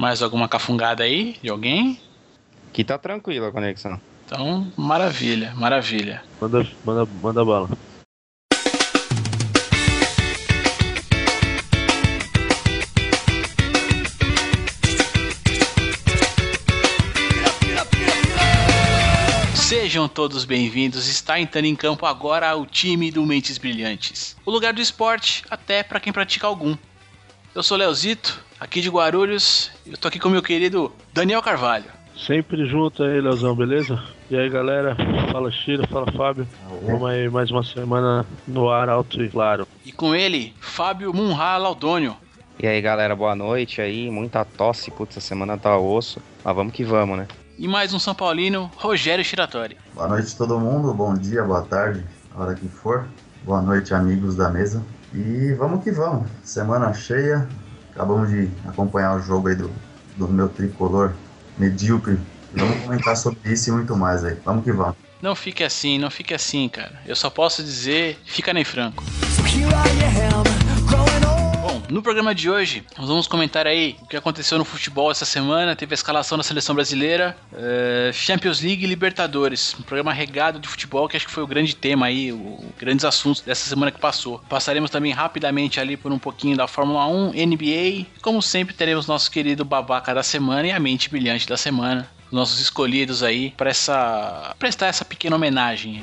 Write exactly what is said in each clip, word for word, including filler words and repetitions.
Mais alguma cafungada aí de alguém? Aqui tá tranquila a conexão. Então, maravilha, maravilha. Manda, manda, manda bala. Sejam todos bem-vindos, está entrando em campo agora o time do Mentes Brilhantes. O lugar do esporte, até para quem pratica algum. Eu sou Leozito, aqui de Guarulhos, e eu tô aqui com o meu querido Daniel Carvalho. Sempre junto aí, Leozão, beleza? E aí, galera, fala Chira, fala Fábio. Vamos aí mais uma semana no ar alto e claro. E com ele, Fábio Munha Laudônio. E aí, galera, boa noite aí, muita tosse, putz, essa semana tá osso, mas vamos que vamos, né? E mais um São Paulino, Rogério Shiratori. Boa noite todo mundo, bom dia, boa tarde, a hora que for. Boa noite, amigos da mesa. E vamos que vamos, semana cheia. Acabamos de acompanhar o jogo aí do, do meu tricolor medíocre. Vamos comentar sobre isso e muito mais aí, vamos que vamos. Não fique assim, não fique assim, cara. Eu só posso dizer, fica nem franco. Bom, no programa de hoje, nós vamos comentar aí o que aconteceu no futebol essa semana. Teve a escalação da seleção brasileira, uh, Champions League e Libertadores. Um programa regado de futebol que acho que foi o grande tema aí, os grandes assuntos dessa semana que passou. Passaremos também rapidamente ali por um pouquinho da Fórmula um, N B A. E como sempre, teremos nosso querido babaca da semana e a mente brilhante da semana. Os nossos escolhidos aí para essa, prestar essa pequena homenagem.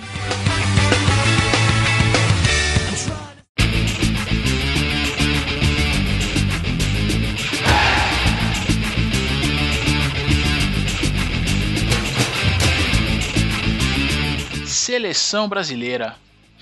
Seleção brasileira.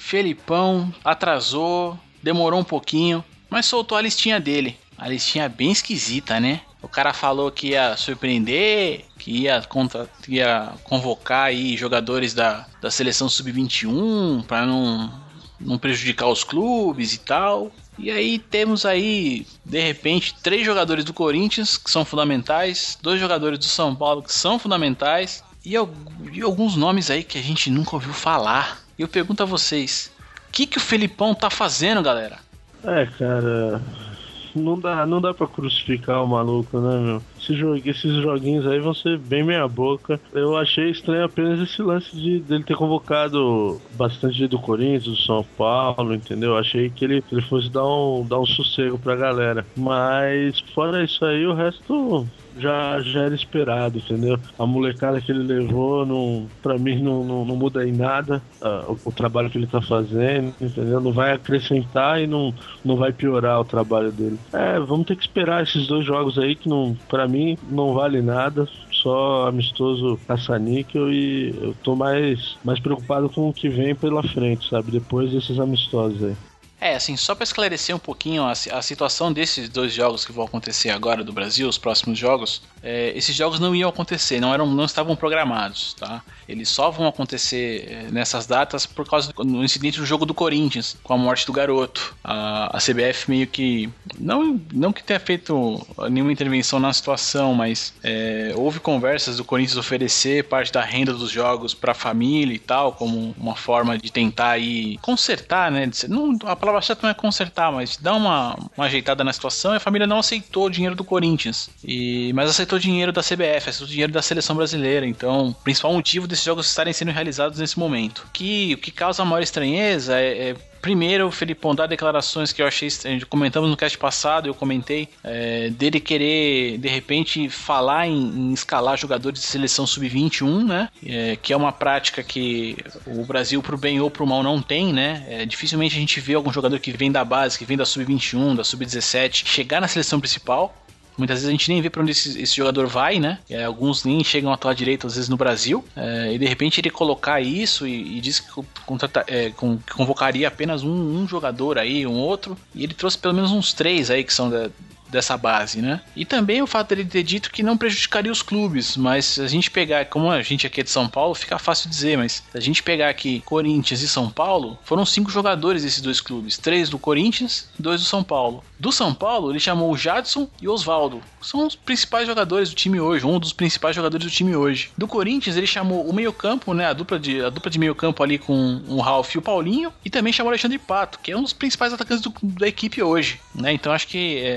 Felipão atrasou, demorou um pouquinho, mas soltou a listinha dele. A listinha bem esquisita, né? O cara falou que ia surpreender, que ia, contra, que ia convocar aí jogadores da, da seleção sub vinte e um para não, não prejudicar os clubes e tal. E aí temos aí, de repente, três jogadores do Corinthians que são fundamentais, dois jogadores do São Paulo que são fundamentais, E, e alguns nomes aí que a gente nunca ouviu falar. E eu pergunto a vocês, o que, que o Felipão tá fazendo, galera? É, cara, não dá, não dá pra crucificar o maluco, né, meu? Esse jogu, esses joguinhos aí vão ser bem meia boca. Eu achei estranho apenas esse lance de dele ter convocado bastante gente do Corinthians, do São Paulo, entendeu? Achei que ele, ele fosse dar um, dar um sossego pra galera. Mas fora isso aí, o resto... Já, já era esperado, entendeu? A molecada que ele levou, não, pra mim, não, não, não muda em nada uh, o, o trabalho que ele tá fazendo, entendeu? Não vai acrescentar e não, não vai piorar o trabalho dele. É, vamos ter que esperar esses dois jogos aí que, não, pra mim, não vale nada. Só amistoso caça-níquel e eu tô mais, mais preocupado com o que vem pela frente, sabe? Depois desses amistosos aí. É, assim, só para esclarecer um pouquinho a, a situação desses dois jogos que vão acontecer agora do Brasil, os próximos jogos, é, esses jogos não iam acontecer, não, eram, não estavam programados, tá? Eles só vão acontecer é, nessas datas por causa do no incidente do jogo do Corinthians, com a morte do garoto. A, a C B F meio que, não, não que tenha feito nenhuma intervenção na situação, mas é, houve conversas do Corinthians oferecer parte da renda dos jogos para a família e tal, como uma forma de tentar aí consertar, né? Não, a palavra A certa não é consertar, mas dar uma, uma ajeitada na situação. E a família não aceitou o dinheiro do Corinthians, e, mas aceitou o dinheiro da C B F, aceitou o dinheiro da seleção brasileira. Então, o principal motivo desses jogos estarem sendo realizados nesse momento. Que, o que causa a maior estranheza é, é primeiro, o Felipão dá declarações que eu achei estranho. Comentamos no cast passado, eu comentei é, dele querer, de repente, falar em, em escalar jogadores de seleção sub vinte e um, né? É, que é uma prática que o Brasil, pro bem ou pro mal, não tem, né? É, dificilmente a gente vê algum jogador que vem da base, que vem da sub vinte e um, da sub dezessete, chegar na seleção principal. Muitas vezes a gente nem vê pra onde esse, esse jogador vai, né? É, alguns nem chegam a atuar direito, às vezes, no Brasil. É, e de repente ele colocar isso e, e diz que, contrata, é, com, que convocaria apenas um, um jogador aí, um outro. E ele trouxe pelo menos uns três aí que são da, dessa base, né? E também o fato dele ter dito que não prejudicaria os clubes, mas se a gente pegar, como a gente aqui é de São Paulo, fica fácil dizer, mas se a gente pegar aqui Corinthians e São Paulo, foram cinco jogadores desses dois clubes, três do Corinthians, dois do São Paulo. Do São Paulo, ele chamou o Jadson e o Osvaldo. São os principais jogadores do time hoje, um dos principais jogadores do time hoje. Do Corinthians, ele chamou o meio-campo, né, a dupla de, a dupla de meio-campo ali com o Ralf e o Paulinho, e também chamou o Alexandre Pato, que é um dos principais atacantes do, da equipe hoje, né? Então acho que é, falar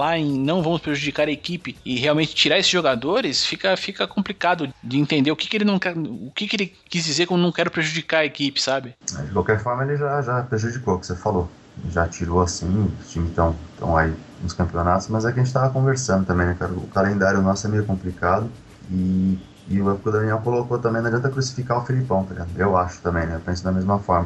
falar em não vamos prejudicar a equipe e realmente tirar esses jogadores, fica, fica complicado de entender o que, que ele não quer, o que, que ele quis dizer com não quero prejudicar a equipe, sabe? De qualquer forma, ele já, já prejudicou o que você falou. Já tirou assim, os times estão aí nos campeonatos, mas é que a gente tava conversando também, né, cara? O calendário nosso é meio complicado e, e o que o Daniel colocou também, não adianta crucificar o Felipão, tá ligado? Eu acho também, né? Eu penso da mesma forma.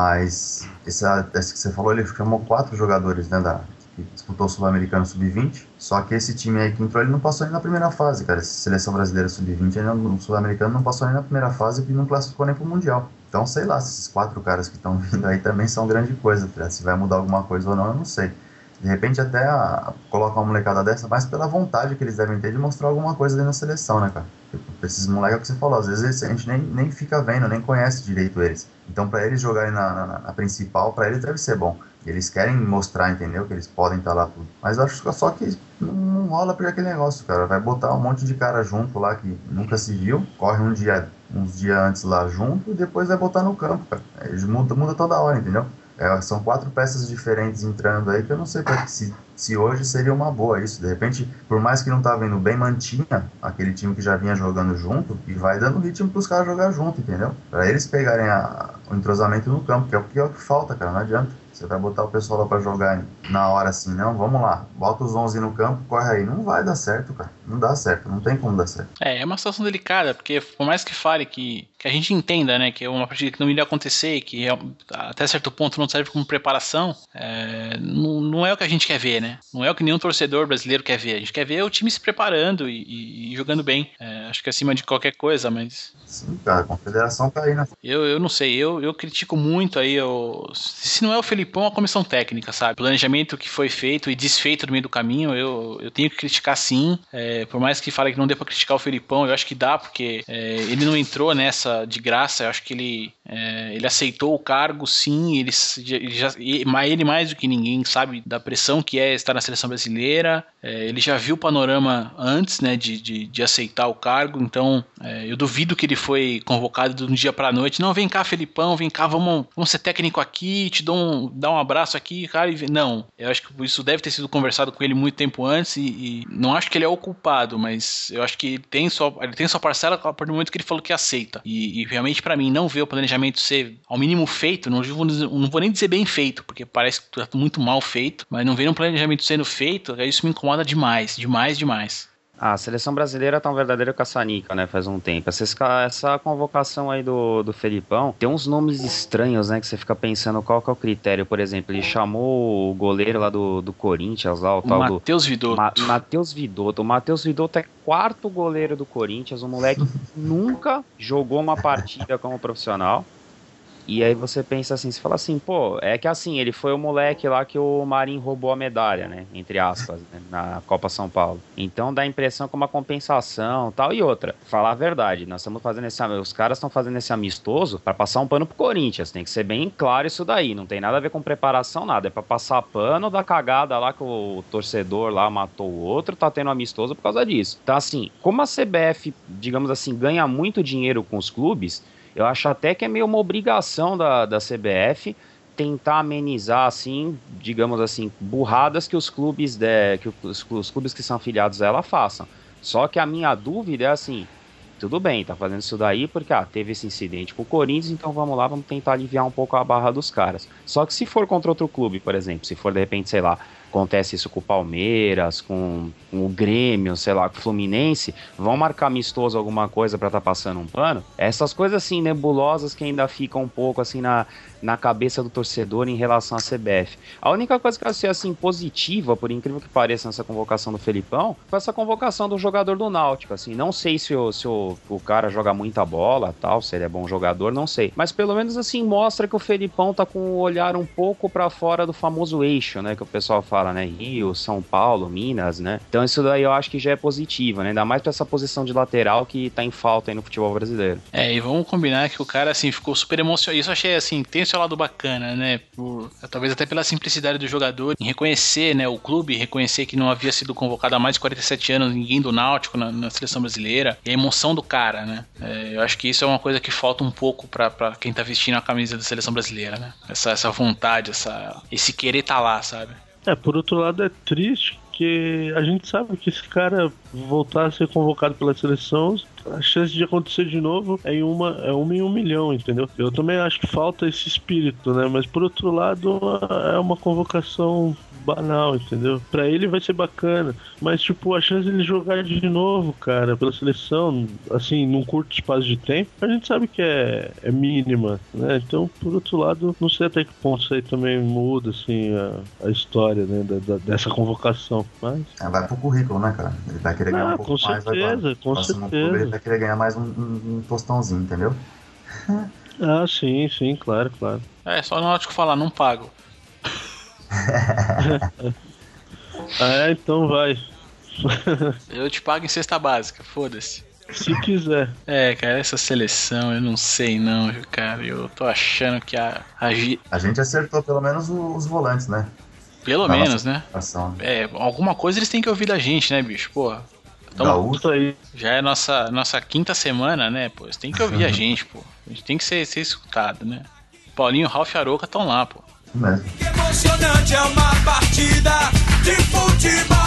Mas esse, esse que você falou, ele chamou quatro jogadores, né, da, que disputou o Sul-Americano sub vinte, só que esse time aí que entrou, ele não passou nem na primeira fase, cara. Essa seleção brasileira sub vinte, aí no Sul-Americano não passou nem na primeira fase e não classificou nem pro Mundial. Então, sei lá, se esses quatro caras que estão vindo aí também são grande coisa, tá? Se vai mudar alguma coisa ou não, eu não sei. De repente até a, colocar uma molecada dessa, mas pela vontade que eles devem ter de mostrar alguma coisa dentro da seleção, né, cara? Tipo, esses moleques, é o que você falou, às vezes a gente nem, nem fica vendo, nem conhece direito eles. Então, pra eles jogarem na, na, na principal, pra eles deve ser bom. Eles querem mostrar, entendeu? Que eles podem estar lá tudo. Mas eu acho só que não, não rola por aquele negócio, cara. Vai botar um monte de cara junto lá que nunca se viu, corre um dia, uns dias antes lá junto e depois vai botar no campo, cara. Eles muda, muda toda hora, entendeu? É, são quatro peças diferentes entrando aí que eu não sei pra, se, se hoje seria uma boa isso. De repente, por mais que não tava indo bem, mantinha aquele time que já vinha jogando junto e vai dando ritmo pros caras jogar junto, entendeu? Pra eles pegarem a, o entrosamento no campo, que é o que, é o que falta, cara, não adianta. Você vai botar o pessoal lá pra jogar na hora assim, não, vamos lá, bota os onze no campo, corre aí. Não vai dar certo, cara. Não dá certo, não tem como dar certo. É, é uma situação delicada, porque por mais que fale que, que a gente entenda, né, que é uma partida que não iria acontecer, que é, até certo ponto não serve como preparação, é, não, não é o que a gente quer ver, né? Não é o que nenhum torcedor brasileiro quer ver. A gente quer ver o time se preparando e, e, e jogando bem. É, acho que acima de qualquer coisa, mas... Sim, cara, a confederação tá aí, né? Eu, eu não sei, eu, eu critico muito aí, eu, se não é o Felipão, a comissão técnica, sabe? O planejamento que foi feito e desfeito no meio do caminho, eu, eu tenho que criticar sim. É, por mais que fale que não dê pra criticar o Felipão, eu acho que dá, porque é, ele não entrou nessa de graça, eu acho que ele, é, ele aceitou o cargo sim, ele, ele, já, ele mais do que ninguém sabe da pressão que é estar na seleção brasileira, é, ele já viu o panorama antes, né, de, de, de aceitar o cargo, então é, eu duvido que ele foi convocado de um dia pra noite. Não, vem cá, Felipão, vem cá, vamos, vamos ser técnico aqui, te dou um, dá um abraço aqui, cara. E... Não, eu acho que isso deve ter sido conversado com ele muito tempo antes e, e não acho que ele é o culpado, mas eu acho que ele tem sua, ele tem sua parcela a partir do momento que ele falou que aceita. E, e realmente, pra mim, não ver o planejamento ser ao mínimo feito, não vou, não vou nem dizer bem feito, porque parece que tá muito mal feito, mas não ver um planejamento sendo feito, isso me incomoda demais, demais, demais. Ah, a seleção brasileira tá um verdadeiro caça-níquel, né, faz um tempo. Essa, essa convocação aí do, do Felipão, tem uns nomes estranhos, né, que você fica pensando qual que é o critério. Por exemplo, ele chamou o goleiro lá do, do Corinthians, lá, o, o tal do... Matheus Vidotto. Ma, Matheus Vidotto. O Matheus Vidotto é quarto goleiro do Corinthians, um moleque que nunca jogou uma partida como profissional. E aí você pensa assim, você fala assim, pô, é que assim, ele foi o moleque lá que o Marinho roubou a medalha, né, entre aspas, né, na Copa São Paulo. Então dá a impressão que é uma compensação, tal. E outra, falar a verdade, nós estamos fazendo esse, os caras estão fazendo esse amistoso para passar um pano pro Corinthians, tem que ser bem claro isso daí, não tem nada a ver com preparação, nada, é para passar pano da cagada lá que o torcedor lá matou o outro, tá tendo amistoso por causa disso. Então assim, como a C B F, digamos assim, ganha muito dinheiro com os clubes, eu acho até que é meio uma obrigação da, da C B F tentar amenizar, assim, digamos assim, burradas que os clubes, de, que os, os clubes que são afiliados a ela façam. Só que a minha dúvida é assim, tudo bem, tá fazendo isso daí porque ah, teve esse incidente com o Corinthians, então vamos lá, vamos tentar aliviar um pouco a barra dos caras. Só que se for contra outro clube, por exemplo, se for de repente, sei lá, acontece isso com o Palmeiras, com, com o Grêmio, sei lá, com o Fluminense, vão marcar amistoso alguma coisa pra tá passando um pano? Essas coisas assim, nebulosas que ainda ficam um pouco assim na, na cabeça do torcedor em relação à C B F. A única coisa que eu achei assim positiva, por incrível que pareça, nessa convocação do Felipão, foi essa convocação do jogador do Náutico, assim, não sei se o, se o, o cara joga muita bola, tal, se ele é bom jogador, não sei, mas pelo menos assim, mostra que o Felipão tá com o olhar um pouco pra fora do famoso eixo, né, que o pessoal fala, né, Rio, São Paulo, Minas, né? Então isso daí eu acho que já é positivo, né? Ainda mais pra essa posição de lateral que tá em falta aí no futebol brasileiro. É, e vamos combinar que o cara, assim, ficou super emocionado. Isso eu achei, assim, tem o seu lado bacana, né? Por, talvez até pela simplicidade do jogador, em reconhecer, né, o clube, reconhecer que não havia sido convocado há mais de quarenta e sete anos ninguém do Náutico na, na seleção brasileira, e a emoção do cara, né? É, eu acho que isso é uma coisa que falta um pouco pra, pra quem tá vestindo a camisa da seleção brasileira, né? Essa, essa vontade, essa, esse querer tá lá, sabe? É, por outro lado é triste porque a gente sabe que esse cara voltar a ser convocado pela seleção, a chance de acontecer de novo é, em uma, é uma em um milhão, entendeu? Eu também acho que falta esse espírito, né? Mas por outro lado, é uma convocação banal, entendeu? Pra ele vai ser bacana, mas tipo, a chance de ele jogar de novo, cara, pela seleção, assim, num curto espaço de tempo, a gente sabe que é, é mínima, né? Então, por outro lado, não sei até que ponto isso aí também muda, assim, a, a história, né, da, da, dessa convocação, mas... É, vai pro currículo, né, cara? Ele vai querer ganhar Ah, um pouco com mais. certeza, vai com próximo certeza. clube, ele vai querer ganhar mais um, um, um tostãozinho, entendeu? Ah, sim, sim, claro, claro. É, só o Náutico falar, não pago. Ah, é, então vai. Eu te pago em cesta básica, foda-se. Se quiser. É, cara, essa seleção, eu não sei não, viu, cara. Eu tô achando que a... A, Gi- A gente acertou pelo menos o- os volantes, né? pelo Na menos, nossa né? ação. É, alguma coisa eles têm que ouvir da gente, né, bicho? Porra. Então, Gaúcho. Isso aí. já é nossa, nossa quinta semana, né, pô? Eles têm que ouvir a gente, pô. A gente tem que ser, ser escutado, né? Paulinho, Ralf e Aroca estão lá, pô. Isso mesmo. Que emocionante é uma partida de futebol.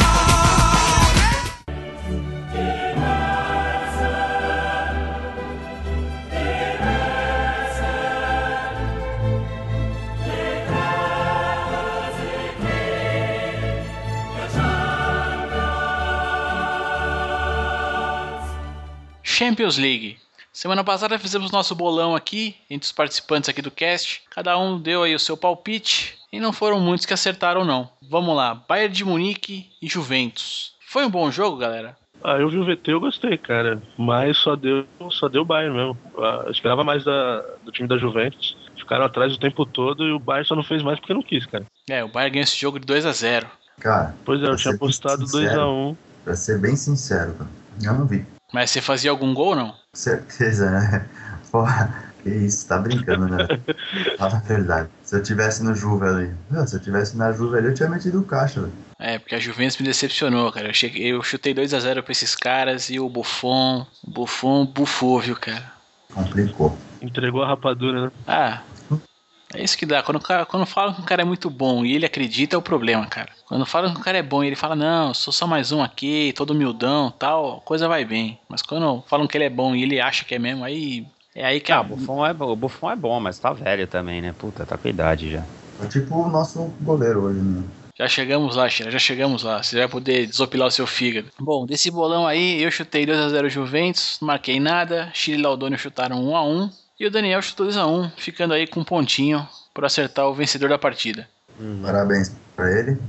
Champions League. Semana passada fizemos nosso bolão aqui, entre os participantes aqui do cast. Cada um deu aí o seu palpite, e não foram muitos que acertaram não. Vamos lá, Bayern de Munique e Juventus. Foi um bom jogo, galera? Ah, eu vi o V T, eu gostei, cara. Mas só deu, só deu o Bayern mesmo. Ah, eu esperava mais da, do time da Juventus. Ficaram atrás o tempo todo e o Bayern só não fez mais porque não quis, cara. É, o Bayern ganhou esse jogo de dois a zero. Cara, Pois é, eu pra tinha ser apostado sincero, dois a um. Pra ser bem sincero, cara, eu não vi. Mas você fazia algum gol ou não? Certeza, né? Porra, que isso, tá brincando, né? Fala a verdade. Se eu tivesse no Juve ali, não, se eu tivesse na Juve ali, eu tinha metido o caixa, velho. É, porque a Juventus me decepcionou, cara. Eu, cheguei, eu chutei dois a zero pra esses caras e o Buffon, o Buffon bufou, viu, cara? Complicou. Entregou a rapadura, né? Ah, é isso que dá. Quando, o cara, quando falam que o cara é muito bom e ele acredita, é o problema, cara. Quando falam que o cara é bom e ele fala, não, sou só mais um aqui, todo humildão, tal, a coisa vai bem. Mas quando falam que ele é bom e ele acha que é mesmo, aí é aí que Ah, a... o Buffon é, bom- o Buffon é bom, mas tá velho também, né? Puta, tá com idade já. É tipo o nosso goleiro hoje, né? Já chegamos lá, Sheila, já chegamos lá. Você vai poder desopilar o seu fígado. Bom, desse bolão aí, eu chutei dois a zero Juventus, não marquei nada. Chile e Laudônio chutaram um a um. E o Daniel chutou dois a um, ficando aí com um pontinho por acertar o vencedor da partida. Parabéns pra ele.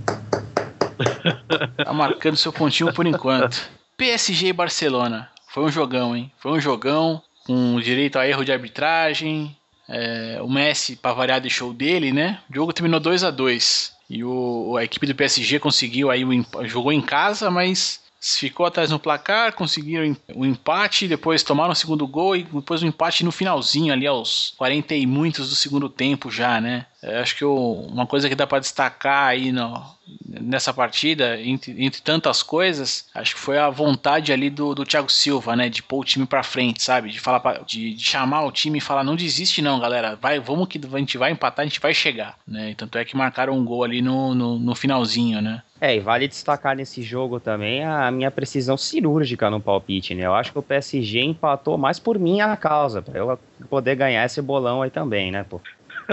Tá marcando seu pontinho por enquanto. P S G e Barcelona. Foi um jogão, hein? Foi um jogão com direito a erro de arbitragem. É, o Messi, pra variar, deixou dele, né? O jogo terminou dois a dois. E o, a equipe do P S G conseguiu aí, o, emp- jogou em casa, mas ficou atrás no placar, conseguiram o empate, depois tomaram o segundo gol e depois o empate no finalzinho ali aos quarenta e muitos do segundo tempo já, né? Eu acho que o, uma coisa que dá pra destacar aí no, nessa partida, entre, entre tantas coisas, acho que foi a vontade ali do, do Thiago Silva, né? De pôr o time pra frente, sabe? De, falar pra, de, de chamar o time e falar, não desiste não, galera, vai, vamos que a gente vai empatar, a gente vai chegar, né? E tanto é que marcaram um gol ali no, no, no finalzinho, né? É, e vale destacar nesse jogo também a minha precisão cirúrgica no palpite, né? Eu acho que o P S G empatou mais por minha causa, pra eu poder ganhar esse bolão aí também, né, pô?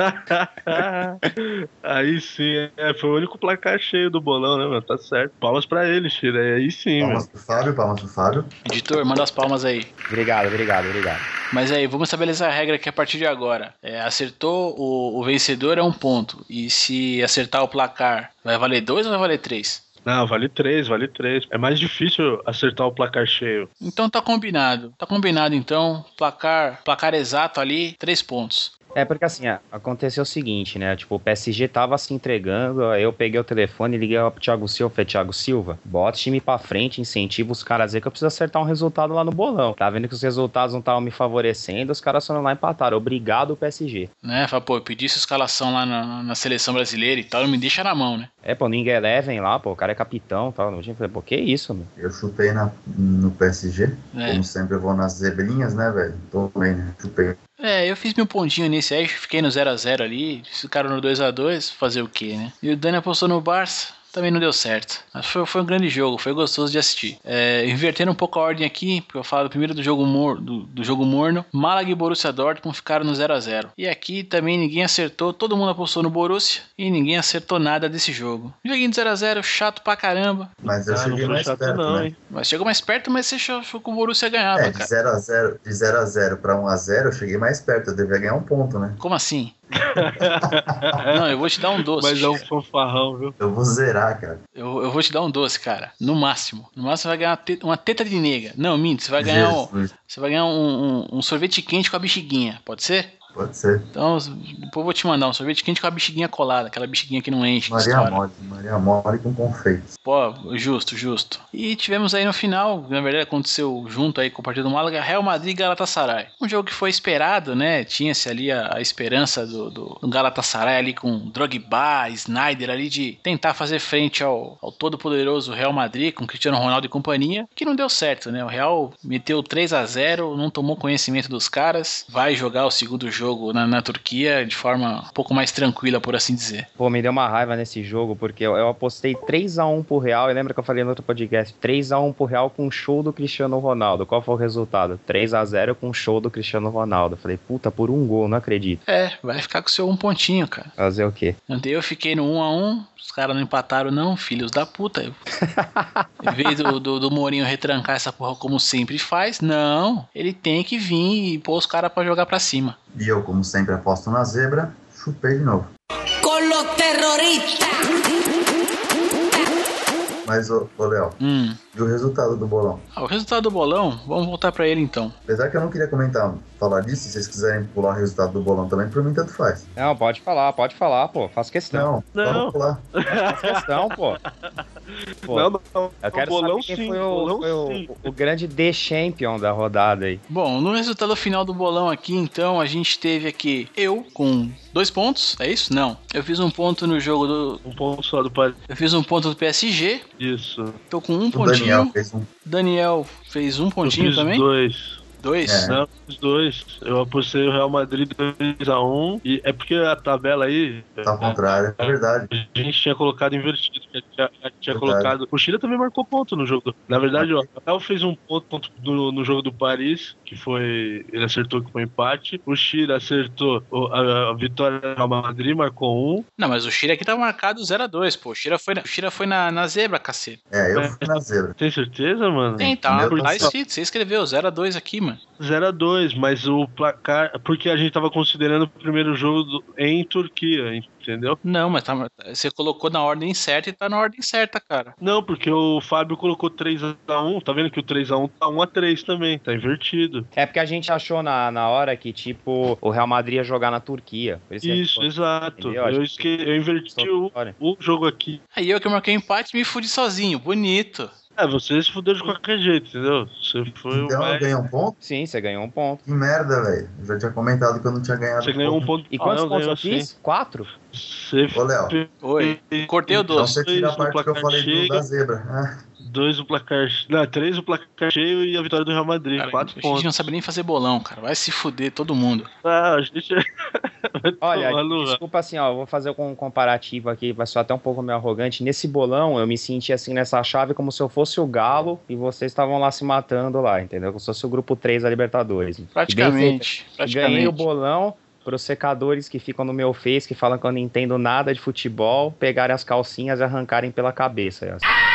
Aí sim, é, foi o único placar cheio do bolão, né, mano? Tá certo. Palmas pra ele, Chile. Aí sim, Palmas mano. pro Fábio, palmas pro Fábio. Editor, manda as palmas aí. Obrigado, obrigado, obrigado. Mas aí, vamos estabelecer a regra que a partir de agora, é, acertou o, o vencedor é um ponto. E se acertar o placar, vai valer dois ou vai valer três? Não, vale três, vale três. É mais difícil acertar o placar cheio. Então tá combinado. Tá combinado então, placar, placar exato ali, três pontos. É porque assim, ó, aconteceu o seguinte, né? Tipo, o P S G tava se entregando, aí eu peguei o telefone e liguei pro Thiago Silva, falei, Thiago Silva, bota o time pra frente, incentiva os caras aí que eu preciso acertar um resultado lá no bolão. Tá vendo que os resultados não estavam me favorecendo, os caras foram lá e empataram. Obrigado, P S G. Né? Fala, pô, eu pedi essa escalação lá na, na seleção brasileira e tal, não me deixa na mão, né? É, pô, ninguém Eleven lá, pô, o cara é capitão e tal. Eu falei, pô, que isso, meu? Eu chutei na, no P S G. É. Como sempre, eu vou nas zebrinhas, né, velho? Tomei, né? Chupei. É, eu fiz meu pontinho nesse aí, fiquei no zero a zero ali, ficaram no dois a dois, fazer o quê, né? E o Dani apostou no Barça, também não deu certo. Mas foi, foi um grande jogo, foi gostoso de assistir. É, invertendo um pouco a ordem aqui, porque eu falo primeiro do jogo, mor do, do jogo morno, Málaga e Borussia Dortmund ficaram no zero a zero. E aqui também ninguém acertou, todo mundo apostou no Borussia e ninguém acertou nada desse jogo. Joguinho de zero a zero, chato pra caramba. Mas eu Ah, cheguei não foi mais chato perto, não, né? hein? Mas chegou mais perto, mas você achou que o Borussia ganhava, É, de cara. zero a zero, de zero a zero pra um a zero, eu cheguei mais perto, eu devia ganhar um ponto, né? Como assim? Não, eu vou te dar um doce. Mas é um fanfarrão, viu? Eu vou zerar, cara. Eu, eu vou te dar um doce, cara. No máximo. No máximo você vai ganhar uma teta, uma teta de nega. Não, minto. Você vai ganhar, um, Jesus. você vai ganhar um, um, um sorvete quente com a bexiguinha. Pode ser? Pode ser. Então, depois eu vou te mandar um sorvete quente com a bexiguinha colada. Aquela bexiguinha que não enche. que Maria estoura. Mole, Maria Mole com confeitos. Pô, justo, justo. E tivemos aí no final, na verdade aconteceu junto aí com o partido do Málaga, Real Madrid e Galatasaray. Um jogo que foi esperado, né? Tinha-se ali a, a esperança do, do, do Galatasaray ali com Drogba, Sneijder ali de tentar fazer frente ao, ao todo-poderoso Real Madrid com Cristiano Ronaldo e companhia, que não deu certo, né? O Real meteu três a zero, não tomou conhecimento dos caras, vai jogar o segundo jogo na, na Turquia de forma um pouco mais tranquila, por assim dizer. Pô, me deu uma raiva nesse jogo, porque eu, eu apostei três a um pro Real, e lembra que eu falei no outro podcast, três a um pro Real com um show do Cristiano Ronaldo. Qual foi o resultado? três a zero com um show do Cristiano Ronaldo. Eu falei, puta, por um gol, não acredito. É, vai ficar com o seu um pontinho, cara. Fazer o quê? Ontem eu fiquei no um a um, os caras não empataram não, filhos da puta. Em vez do, do, do Mourinho retrancar essa porra como sempre faz, não, ele tem que vir e pôr os caras pra jogar pra cima. E eu, como sempre, aposto na zebra, chupei de novo. Con los terroristas. Mas, ô, ô Léo, Hum. e o resultado do bolão? Ah, o resultado do bolão, vamos voltar pra ele então. Apesar que eu não queria comentar, falar disso, se vocês quiserem pular o resultado do bolão também, por mim tanto faz. Não, pode falar, pode falar, pô. Faço questão. Não, Não. vamos pular. Faço questão, pô. Pô, Não, não. eu quero bolão saber quem sim, foi, o, bolão foi o- sim. o grande The Champion da rodada aí. Bom, no resultado final do bolão aqui, então, a gente teve aqui eu com dois pontos, é isso? Não. Eu fiz um ponto no jogo do... Um ponto só do Paris. Eu fiz um ponto do P S G, Isso. tô com um O pontinho. Daniel fez um. Daniel fez um Eu pontinho fiz também? dois. Dois? É. Não, os dois. Eu apostei o Real Madrid dois a um. E é porque a tabela aí. Tá ao contrário, é verdade. A gente tinha colocado invertido. A gente tinha, a gente tinha Verdade. colocado. O Chile também marcou ponto no jogo. Do... Na verdade, ó, o Rafael fez um ponto, ponto do- no jogo do Paris, que foi. Ele acertou que foi empate. O Chile acertou o- a, a vitória do Real Madrid, marcou um. Não, mas o Shira aqui tá marcado zero a dois, pô. O Shira foi na, o Shira foi na, na zebra, cacete. É, eu fui na zebra. Tem certeza, mano? Tem, tá, Meu tá Deus. escrito. Você escreveu zero a dois aqui, mano. zero a dois, mas o placar. Porque a gente tava considerando o primeiro jogo do- em Turquia, entendeu? Não, mas tá, você colocou na ordem certa e tá na ordem certa, cara. Não, porque o Fábio colocou três a um. Tá vendo que o três a um tá um a três também. Tá invertido. É porque a gente achou na, na hora que, tipo, o Real Madrid ia jogar na Turquia. Por isso, Isso, é, exato. Entendeu? Acho Eu, que- esque... eu inverti o, o jogo aqui. Aí eu que marquei empate me fudi sozinho, bonito. É, você se fudeu de qualquer jeito, entendeu? Você foi o Então eu mais... ganhei um ponto? Sim, você ganhou um ponto. Que merda, velho. Eu já tinha comentado que eu não tinha ganhado. Você ganhou um ponto. E quantos Ah, não, pontos ganhou eu fiz? sim. Quatro? Você Ô, Léo. Oi. Cortei o Então doce. você tira a Dois no parte que eu placar falei do, cheio. da zebra. Ah, dois o placar... Não, três o placar cheio e a vitória do Real Madrid. Cara, quatro a pontos. gente não sabe nem fazer bolão, cara. Vai se fuder todo mundo. Ah, a gente... Olha, Tomar no- desculpa assim, ó, eu vou fazer um comparativo aqui, vai ser até um pouco meio arrogante. Nesse bolão, eu me senti assim nessa chave como se eu fosse o Galo e vocês estavam lá se matando lá, entendeu? Como se fosse o grupo três da Libertadores. Praticamente. E Ganhei o Praticamente. bolão pros secadores que ficam no meu Face, que falam que eu não entendo nada de futebol, pegarem as calcinhas e arrancarem pela cabeça. Aí, ó.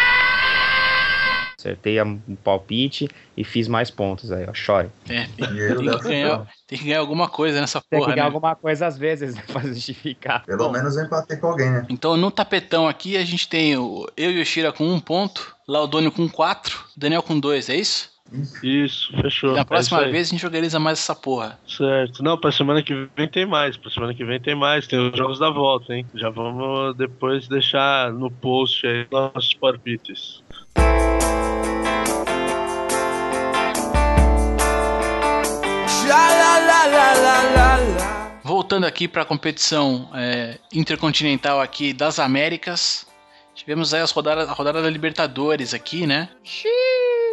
Acertei um palpite e fiz mais pontos aí, ó. Chore. É, tem, e eu tem da que ganhar, tem que ganhar alguma coisa nessa Tem porra, que ganhar né? alguma coisa às vezes, né, pra justificar. Pelo Bom. menos eu empatei com alguém, né? Então no tapetão aqui a gente tem o, eu e o Shira com um ponto, Laudônio com quatro, Daniel com dois, é isso? Isso. Isso, fechou. Na próxima É isso aí. vez a gente organiza mais essa porra. Certo. Não, pra semana que vem tem mais. Pra semana que vem tem mais. Tem os jogos da volta, hein? Já vamos depois deixar no post aí nossos palpites. Voltando aqui para a competição é, intercontinental aqui das Américas, tivemos aí as rodadas, a rodada da Libertadores aqui, né?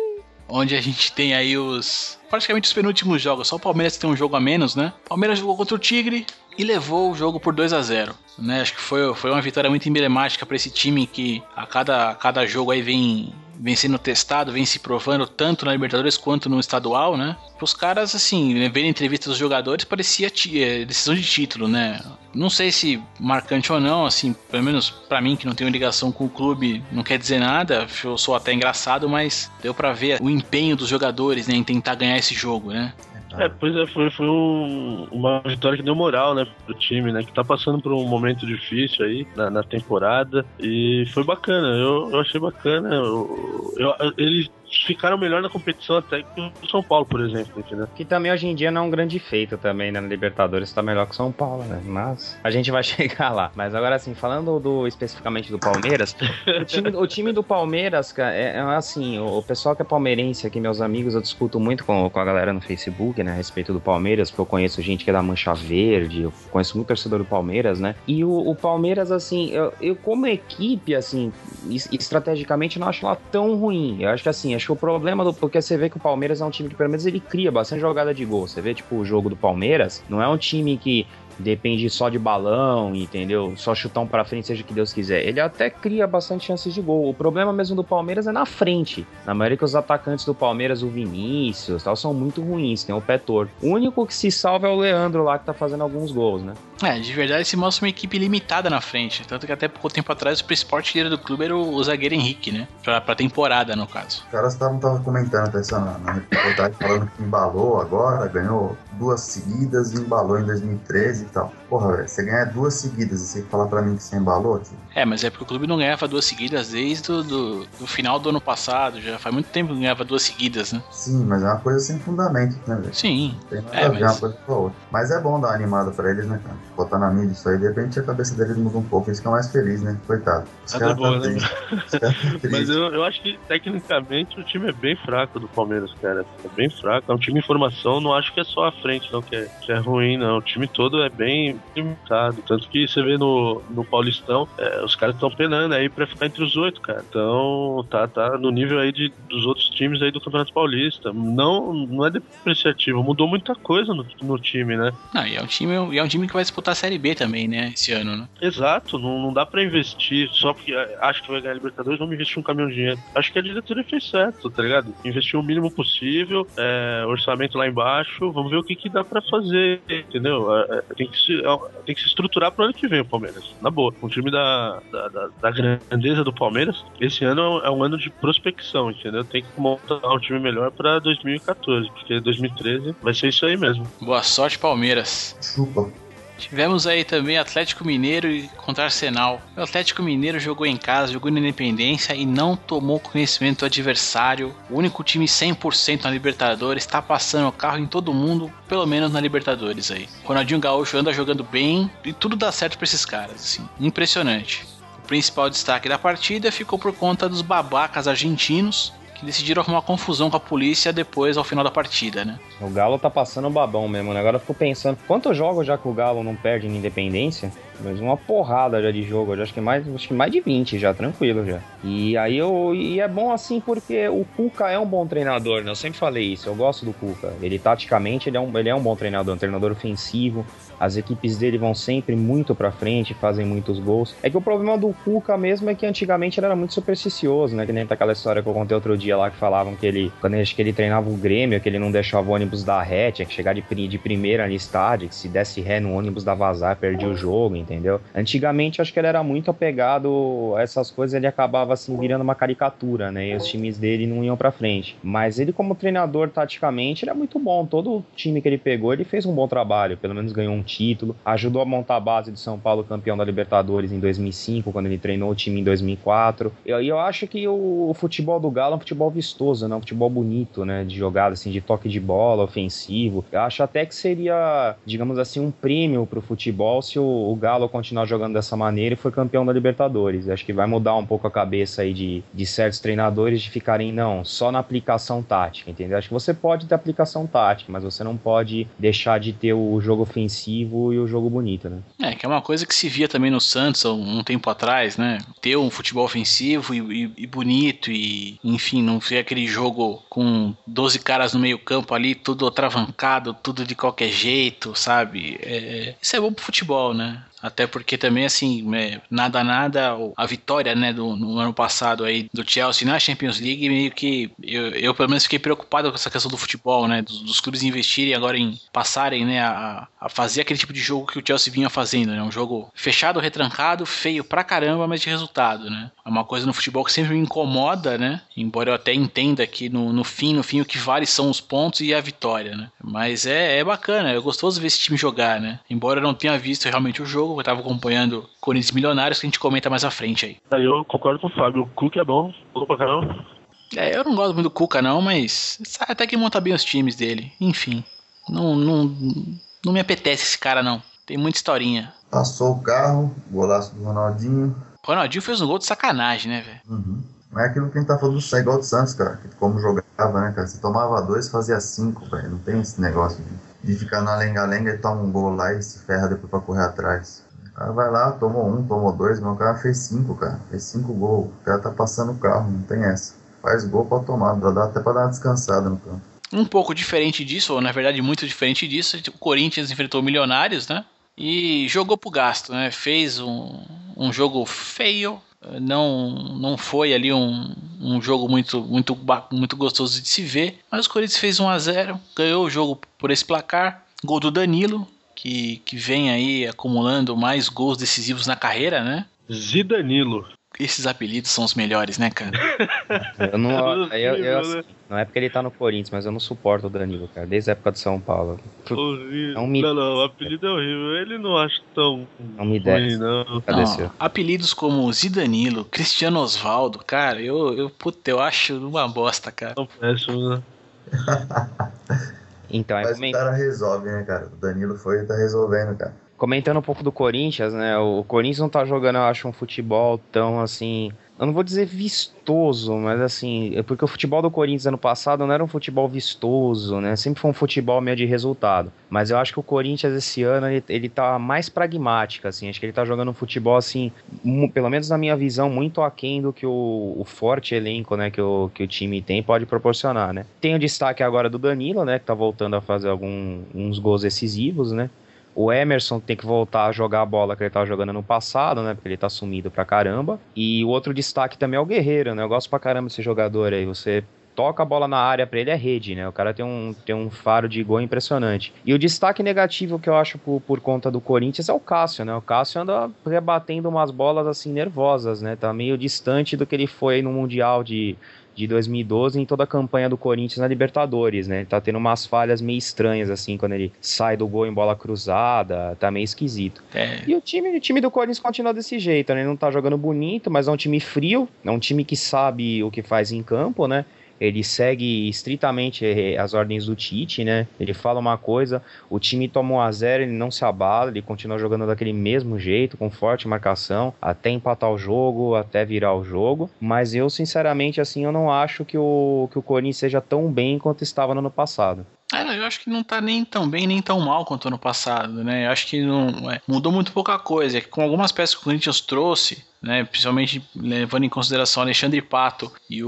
onde a gente tem aí os... praticamente os penúltimos jogos. Só o Palmeiras tem um jogo a menos, né? O Palmeiras jogou contra o Tigre e levou o jogo por dois a zero. Né? Acho que foi, foi uma vitória muito emblemática para esse time que a cada, a cada jogo aí vem... vem sendo testado, vem se provando tanto na Libertadores quanto no estadual, né? Os caras, assim, vendo entrevistas dos jogadores, parecia t- é, decisão de título, né? Não sei se marcante ou não, assim, pelo menos pra mim que não tenho ligação com o clube, não quer dizer nada, eu sou até engraçado, mas deu pra ver o empenho dos jogadores, né, em tentar ganhar esse jogo, né? É, pois é, foi, foi um, uma vitória que deu moral, né, pro time, né, que tá passando por um momento difícil aí na, na temporada, e foi bacana, eu, eu achei bacana, eu, eu, eles ficaram melhor na competição até que o São Paulo, por exemplo, entendeu? Que também hoje em dia não é um grande feito também, né, na Libertadores tá melhor que o São Paulo, né, mas a gente vai chegar lá. Mas agora assim, falando do, especificamente do Palmeiras, o, time, o time do Palmeiras, cara, é, é assim, o, o pessoal que é palmeirense aqui, meus amigos, eu discuto muito com, com a galera no Facebook, né, a respeito do Palmeiras, porque eu conheço gente que é da Mancha Verde, eu conheço muito torcedor do Palmeiras, né, e o, o Palmeiras, assim, eu, eu como equipe, assim, estrategicamente não acho lá tão ruim. Eu acho que assim, acho que o problema do... porque você vê que o Palmeiras é um time que pelo menos ele cria bastante jogada de gol. Você vê, tipo, o jogo do Palmeiras, não é um time que depende só de balão, entendeu? Só chutar um pra frente, seja o que Deus quiser. Ele até cria bastante chances de gol. O problema mesmo do Palmeiras é na frente. Na maioria que os atacantes do Palmeiras, o Vinícius, tal, são muito ruins. Tem o pé torto. O único que se salva é o Leandro lá, que tá fazendo alguns gols, né? É, de verdade se mostra uma equipe limitada na frente. Tanto que até pouco tempo atrás o principal artilheiro do clube era o, o zagueiro Henrique, né? Pra, pra temporada, no caso. Os caras estavam comentando até essa na, na reportagem, falando que embalou agora, ganhou duas seguidas e embalou em dois mil e treze e tal. Porra, velho, você ganha duas seguidas e você falar pra mim que você embalou, tio? É, mas é porque o clube não ganhava duas seguidas desde o do, do final do ano passado. Já faz muito tempo que ganhava duas seguidas, né? Sim, mas é uma coisa sem fundamento, né, velho? Sim. Tem nada é, a ver mas... uma coisa com a outra. Mas é bom dar uma animada pra eles, né, cara? Botar na mídia isso aí, de repente a cabeça deles muda um pouco, eles ficam mais felizes, né? Coitado. Os Nada caras boa, tá né? tristes. Os caras tá tristes. Mas eu, eu acho que tecnicamente o time é bem fraco do Palmeiras, cara. É bem fraco. É um time em formação, não acho que é só a frente, não, que é, que é ruim, não. O time todo é bem limitado. Tanto que você vê no, no Paulistão, é, os caras estão penando aí pra ficar entre os oito, cara. Então tá, tá no nível aí de, dos outros times aí do Campeonato Paulista. Não, não é depreciativo, mudou muita coisa no, no time, né? Não, e é um time, e é um time que vai disputar a Série B também, né? Esse ano, né? Exato, não, não dá pra investir só porque acho que vai ganhar a Libertadores, vamos investir um caminhão de dinheiro. Acho que a diretoria fez certo, tá ligado? Investir o mínimo possível, é, orçamento lá embaixo, vamos ver o que, que dá pra fazer, entendeu? É, é, tem, que se, é, tem que se estruturar pro ano que vem o Palmeiras, na boa. O time da, da, da, da grandeza do Palmeiras, esse ano é um ano de prospecção, entendeu? Tem que montar um time melhor pra dois mil e catorze, porque dois mil e treze vai ser isso aí mesmo. Boa sorte, Palmeiras. Chupa. Tivemos aí também Atlético Mineiro contra Arsenal. O Atlético Mineiro jogou em casa, jogou na Independência e não tomou conhecimento do adversário. O único time cem por cento na Libertadores, está passando o carro em todo mundo, pelo menos na Libertadores aí. Ronaldinho Gaúcho anda jogando bem e tudo dá certo para esses caras, assim, impressionante. O principal destaque da partida ficou por conta dos babacas argentinos, que decidiram arrumar confusão com a polícia depois, ao final da partida, né? O Galo tá passando babão mesmo, né? Agora eu fico pensando, quantos jogos já que o Galo não perde em Independência? Mas uma porrada já de jogo, eu acho que mais, acho que mais de vinte já, tranquilo já. E aí eu, e é bom assim porque o Cuca é um bom treinador, né? Eu sempre falei isso, eu gosto do Cuca. Ele taticamente, ele é um, ele é um bom treinador, um treinador ofensivo. As equipes dele vão sempre muito pra frente, fazem muitos gols. É que o problema do Cuca mesmo é que antigamente ele era muito supersticioso, né? Que nem aquela história que eu contei outro dia lá, que falavam que ele, quando ele, que ele treinava o Grêmio, que ele não deixava o ônibus dar ré, tinha que chegar de, de primeira no estádio, que se desse ré no ônibus dava azar, perdia o jogo, entendeu? Antigamente acho que ele era muito apegado a essas coisas, ele acabava assim virando uma caricatura, né? E os times dele não iam pra frente. Mas ele como treinador, taticamente, ele é muito bom. Todo o time que ele pegou, ele fez um bom trabalho, pelo menos ganhou um título, ajudou a montar a base do São Paulo campeão da Libertadores em dois mil e cinco, quando ele treinou o time em dois mil e quatro. E eu, eu acho que o, o futebol do Galo é um futebol vistoso, né? Um futebol bonito, né? De jogada, assim, de toque de bola, ofensivo. Eu acho até que seria, digamos assim, um prêmio pro futebol se o, o Galo continuar jogando dessa maneira e for campeão da Libertadores. Eu acho que vai mudar um pouco a cabeça aí de, de certos treinadores de ficarem, não, só na aplicação tática, entendeu? Acho que você pode ter aplicação tática, mas você não pode deixar de ter o jogo ofensivo decisivo e o jogo bonito, né? É, que é uma coisa que se via também no Santos há um tempo atrás, né? Ter um futebol ofensivo e, e, e bonito e, enfim, não ser aquele jogo com doze caras no meio campo ali, tudo atravancado, tudo de qualquer jeito, sabe? É, isso é bom pro futebol, né? Até porque também, assim, é, nada nada, a vitória, né, do, no ano passado aí do Chelsea na Champions League, meio que, eu, eu pelo menos fiquei preocupado com essa questão do futebol, né, dos, dos clubes investirem agora em passarem, né, a, a fazer aquele tipo de jogo que o Chelsea vinha fazendo, né, um jogo fechado, retrancado, feio pra caramba, mas de resultado, né. É uma coisa no futebol que sempre me incomoda, né, embora eu até entenda que no, no fim, no fim, o que vale são os pontos e a vitória, né, mas é, é bacana, é gostoso ver esse time jogar, né, embora eu não tenha visto realmente o jogo, eu tava acompanhando Corinthians Milionários, que a gente comenta mais à frente aí. Aí eu concordo com o Fábio, o Cuca é bom, bom pra caramba. É, eu não gosto muito do Cuca não, mas até que monta bem os times dele. Enfim, não, não, não me apetece esse cara não, tem muita historinha. Passou o carro, golaço do Ronaldinho. O Ronaldinho fez um gol de sacanagem, né, velho? Uhum. Não é aquilo que a gente tá falando do Santos, igual do Santos, cara, que como jogava, né, cara, você tomava dois, fazia cinco, velho, não tem esse negócio de, de ficar na lenga-lenga e toma um gol lá e se ferra depois pra correr atrás. O cara vai lá, tomou um, tomou dois, mas o cara fez cinco, cara. Fez cinco gols. O cara tá passando o carro, não tem essa. Faz gol pra tomar, dá até pra dar uma descansada no campo. Um pouco diferente disso, ou na verdade muito diferente disso, o Corinthians enfrentou o Milionários, né? E jogou pro gasto, né? Fez um, um jogo feio, não, não foi ali um, um jogo muito, muito, muito gostoso de se ver, mas o Corinthians fez um a zero, ganhou o jogo por esse placar, gol do Danilo, Que, que vem aí acumulando mais gols decisivos na carreira, né? Zidanilo. Esses apelidos são os melhores, né, cara? Eu não, eu, eu, eu, Horrível, né? não é porque ele tá no Corinthians, mas eu não suporto o Danilo, cara, desde a época do São Paulo. Horrível. Não me- Não, não, o apelido é horrível. Ele não acho tão Não me ruim, desce. não. Cadê Não, seu? apelidos como Zidanilo, Cristiano Osvaldo, cara, eu, eu, puta, eu acho uma bosta, cara. Tão péssimo, né? Então, aí Mas comen- o cara resolve, né, cara? O Danilo foi e tá resolvendo, cara. comentando um pouco do Corinthians, né? O Corinthians não tá jogando, eu acho, um futebol tão assim. Eu não vou dizer vistoso, mas assim, é porque o futebol do Corinthians ano passado não era um futebol vistoso, né? Sempre foi um futebol meio de resultado. Mas eu acho que o Corinthians esse ano, ele, ele tá mais pragmático, assim. Acho que ele tá jogando um futebol, assim, mu- pelo menos na minha visão, muito aquém do que o, o forte elenco, né, que o, que o time tem pode proporcionar, né? Tem o destaque agora do Danilo, né, que tá voltando a fazer alguns gols decisivos, né? O Emerson tem que voltar a jogar a bola que ele tava jogando no passado, né? Porque ele tá sumido pra caramba. E o outro destaque também é o Guerreiro, né? Eu gosto pra caramba desse jogador aí. Você toca a bola na área pra ele, é rede, né? O cara tem um, tem um faro de gol impressionante. E o destaque negativo que eu acho por, por conta do Corinthians é o Cássio, né? O Cássio anda rebatendo umas bolas assim nervosas, né? Tá meio distante do que ele foi no Mundial de... de dois mil e doze em toda a campanha do Corinthians na Libertadores, né? Ele tá tendo umas falhas meio estranhas, assim, quando ele sai do gol em bola cruzada, tá meio esquisito. É, E o time, o time do Corinthians continua desse jeito, né? Ele não tá jogando bonito, mas é um time frio, é um time que sabe o que faz em campo, né? Ele segue estritamente as ordens do Tite, né? Ele fala uma coisa, o time toma um a zero, ele não se abala, ele continua jogando daquele mesmo jeito, com forte marcação, até empatar o jogo, até virar o jogo. Mas eu, sinceramente, assim, eu não acho que o, que o Corinthians seja tão bem quanto estava no ano passado. É, eu acho que não tá nem tão bem nem tão mal quanto ano passado, né? Eu acho que não, é, mudou muito pouca coisa. É que com algumas peças que o Corinthians trouxe, né, principalmente levando em consideração o Alexandre Pato e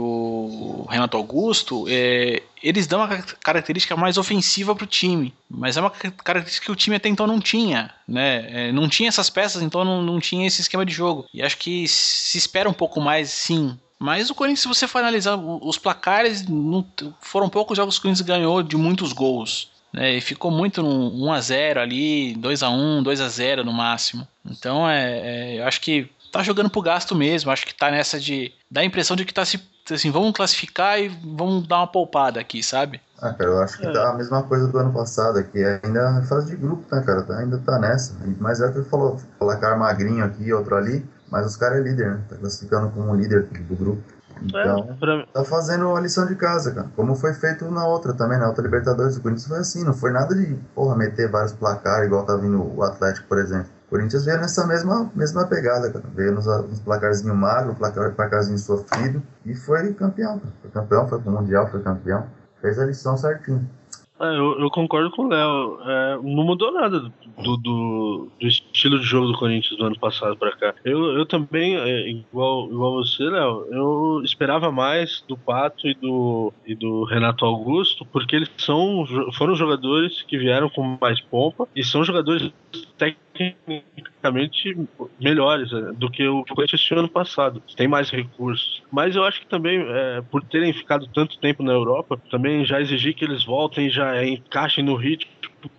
o Renato Augusto, é, eles dão uma característica mais ofensiva pro time. Mas é uma característica que o time até então não tinha, né? É, não tinha essas peças, então não, não tinha esse esquema de jogo. E acho que se espera um pouco mais, sim. Mas o Corinthians, se você for analisar os placares, não, foram poucos jogos que o Corinthians ganhou de muitos gols, né? E ficou muito no um a zero ali, dois a um, dois a zero no máximo. Então é, é, eu acho que tá jogando pro gasto mesmo. Acho que tá nessa de... dá a impressão de que tá se... assim, vamos classificar e vamos dar uma poupada aqui, sabe? Ah, cara, eu acho que É. tá a mesma coisa do ano passado, que ainda é fase de grupo, né, cara? Tá- ainda tá nessa. Mas é o que ele falou, placar magrinho aqui, outro ali, mas os caras é líder, né? Tá classificando como líder do grupo. Então, É, pra, tá fazendo a lição de casa, cara. Como foi feito na outra também, na outra Libertadores. O Corinthians foi assim, não foi nada de, porra, meter vários placares, igual tá vindo o Atlético, por exemplo. O Corinthians veio nessa mesma, mesma pegada, cara. Veio nos, nos placarzinhos magros, placar, placarzinho sofrido, e foi campeão, cara. Foi campeão, foi pro Mundial, foi campeão. Fez a lição certinho. É, eu, eu concordo com o Léo. É, não mudou nada do, do, do estilo de jogo do Corinthians do ano passado pra cá. Eu, eu também, é, igual, igual você, Léo, eu esperava mais do Pato e do, e do Renato Augusto, porque eles são, foram jogadores que vieram com mais pompa e são jogadores tecnicamente melhores, né, do que o Corinthians tinha ano passado. Tem mais recursos. Mas eu acho que também, é, por terem ficado tanto tempo na Europa, também já exigi que eles voltem e já encaixem no ritmo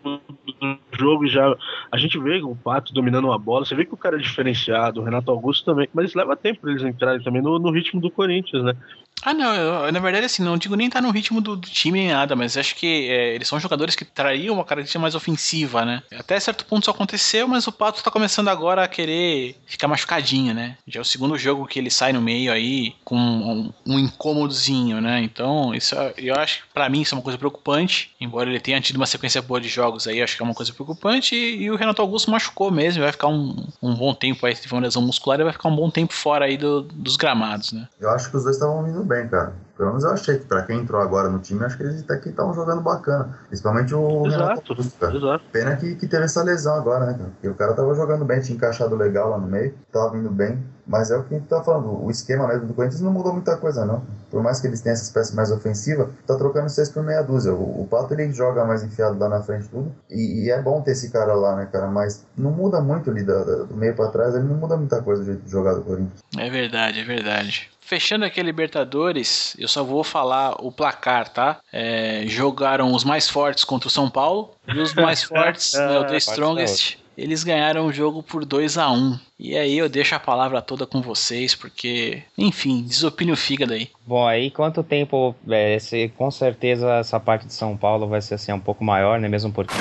do jogo. E já a gente vê o Pato dominando a bola, você vê que o cara é diferenciado, o Renato Augusto também, mas leva tempo para eles entrarem também no, no ritmo do Corinthians, né? Ah, não, eu, na verdade, assim, não digo nem estar no ritmo do, do time nem nada, mas acho que é, eles são jogadores que trariam uma característica mais ofensiva, né? Até certo ponto isso aconteceu, mas o Pato tá começando agora a querer ficar machucadinho, né? Já é o segundo jogo que ele sai no meio aí com um, um incômodozinho, né? Então, isso eu acho que pra mim isso é uma coisa preocupante, embora ele tenha tido uma sequência boa de jogos aí, acho que é uma coisa preocupante, e, e o Renato Augusto machucou mesmo, vai ficar um, um bom tempo aí, se tiver uma lesão muscular, ele vai ficar um bom tempo fora aí do, dos gramados, né? Eu acho que os dois estavam indo bem, cara. Pelo menos eu achei que pra quem entrou agora no time, acho que eles até que estavam jogando bacana. Principalmente o Exato, Renato Augusto, cara. Exato. Pena que, que teve essa lesão agora, né, cara? Porque o cara tava jogando bem, tinha encaixado legal lá no meio, tava indo bem. Mas é o que a gente tá falando, o esquema mesmo do Corinthians não mudou muita coisa, não. Por mais que eles tenham essas peças mais ofensivas, tá trocando seis por meia dúzia. O, o Pato, ele joga mais enfiado lá na frente tudo. E, e é bom ter esse cara lá, né, cara? Mas não muda muito ali da, da, do meio pra trás, ele não muda muita coisa do jeito de jogar do Corinthians. É verdade, é verdade. Fechando aqui a Libertadores, eu só vou falar o placar, tá? É, jogaram os mais fortes contra o São Paulo e os mais fortes, né, o The Strongest, eles ganharam o jogo por dois a um. E aí eu deixo a palavra toda com vocês, porque, enfim, desopine o fígado aí. Bom, aí quanto tempo, é, esse, com certeza essa parte de São Paulo vai ser assim um pouco maior, né? Mesmo porque...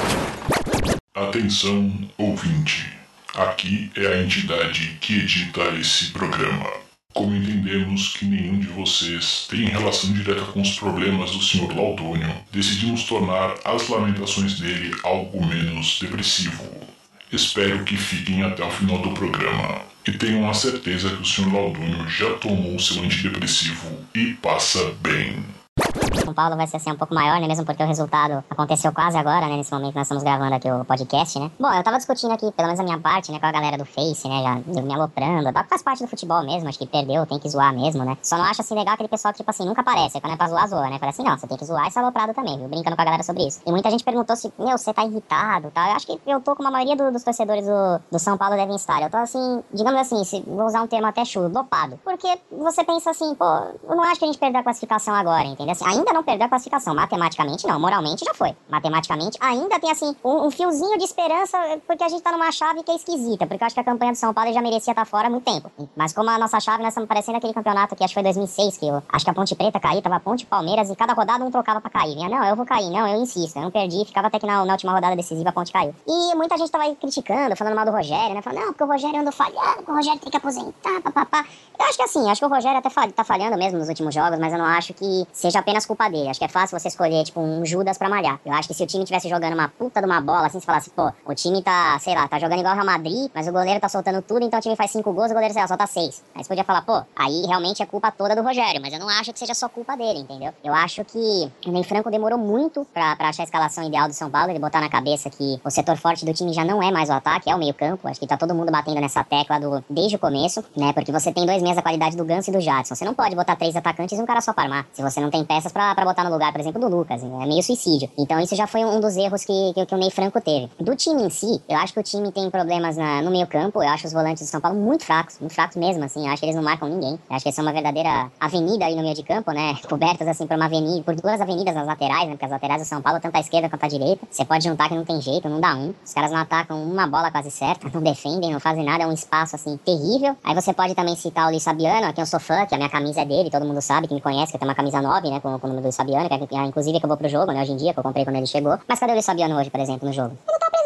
Atenção, ouvinte. Aqui é a entidade que edita esse programa. Como entendemos que nenhum de vocês tem relação direta com os problemas do senhor Laudônio, decidimos tornar as lamentações dele algo menos depressivo. Espero que fiquem até o final do programa e tenham a certeza que o senhor Laudônio já tomou seu antidepressivo e passa bem. São Paulo vai ser assim um pouco maior, né? Mesmo porque o resultado aconteceu quase agora, né? Nesse momento que nós estamos gravando aqui o podcast, né? Bom, eu tava discutindo aqui, pelo menos a minha parte, né? Com a galera do Face, né? Já me aloprando. Faz parte do futebol mesmo, acho que perdeu, tem que zoar mesmo, né? Só não acho assim legal aquele pessoal que, tipo assim, nunca aparece. Quando é pra zoar, zoa, né? Fala assim, não, você tem que zoar e ser aloprado também, viu? Brincando com a galera sobre isso. E muita gente perguntou se, meu, você tá irritado e tal. Eu acho que eu tô como a maioria do, dos torcedores do, do São Paulo devem estar. Eu tô assim, digamos assim, se, vou usar um termo até chulo, dopado. Porque você pensa assim, pô, eu não acho que a gente perdeu a classificação agora, entendeu? Assim, ainda não perdeu a classificação, matematicamente não, moralmente já foi. Matematicamente ainda tem assim um, um fiozinho de esperança, porque a gente tá numa chave que é esquisita, porque eu acho que a campanha do São Paulo já merecia estar fora há muito tempo. Mas como a nossa chave, nós estamos parecendo aquele campeonato que acho que foi dois mil e seis, que eu acho que a Ponte Preta caiu, tava a Ponte e Palmeiras, e cada rodada um trocava pra cair. Vinha, não, eu vou cair, não, eu insisto, eu não perdi, ficava até que na, na última rodada decisiva a Ponte caiu. E muita gente tava aí criticando, falando mal do Rogério, né, falando, não, porque o Rogério andou falhando, o Rogério tem que aposentar, papapá. Eu acho que assim, acho que o Rogério até fa- tá falhando mesmo nos últimos jogos, mas eu não acho que seja apenas culpa dele. Acho que é fácil você escolher, tipo, um Judas pra malhar. Eu acho que se o time tivesse jogando uma puta de uma bola, assim, se falasse, pô, o time tá, sei lá, tá jogando igual o Real Madrid, mas o goleiro tá soltando tudo, então o time faz cinco gols, o goleiro, sei lá, solta seis. Aí você podia falar, pô, aí realmente é culpa toda do Rogério, mas eu não acho que seja só culpa dele, entendeu? Eu acho que o Ney Franco demorou muito pra, pra achar a escalação ideal do São Paulo, ele botar na cabeça que o setor forte do time já não é mais o ataque, é o meio campo. Acho que tá todo mundo batendo nessa tecla do, desde o começo, né, porque você tem dois meias da qualidade do Ganso e do Jadson. Você não pode botar três atacantes e um cara só pra armar, se você não tem peças pra, pra botar no lugar, por exemplo, do Lucas. É meio suicídio. Então isso já foi um dos erros que, que, que o Ney Franco teve. Do time em si, eu acho que o time tem problemas na, no meio campo. Eu acho os volantes do São Paulo muito fracos, muito fracos mesmo, assim. Eu acho que eles não marcam ninguém. Eu acho que eles são uma verdadeira avenida aí no meio de campo, né? Cobertas, assim, por uma avenida, por duas avenidas nas laterais, né? Porque as laterais do São Paulo, tanto à esquerda quanto à direita, você pode juntar que não tem jeito, não dá um. Os caras não atacam uma bola quase certa, não defendem, não fazem nada, é um espaço, assim, terrível. Aí você pode também citar o Luiz Fabiano, a quem eu sou fã, que a minha camisa é dele, todo mundo sabe, que me conhece, que eu tenho uma camisa nove, né? Com, com o nome do Luiz Fabiano, que é, inclusive que eu vou pro jogo, né? Hoje em dia, que eu comprei quando ele chegou. Mas cadê o Luiz Fabiano hoje, por exemplo, no jogo? Ele não tá presente.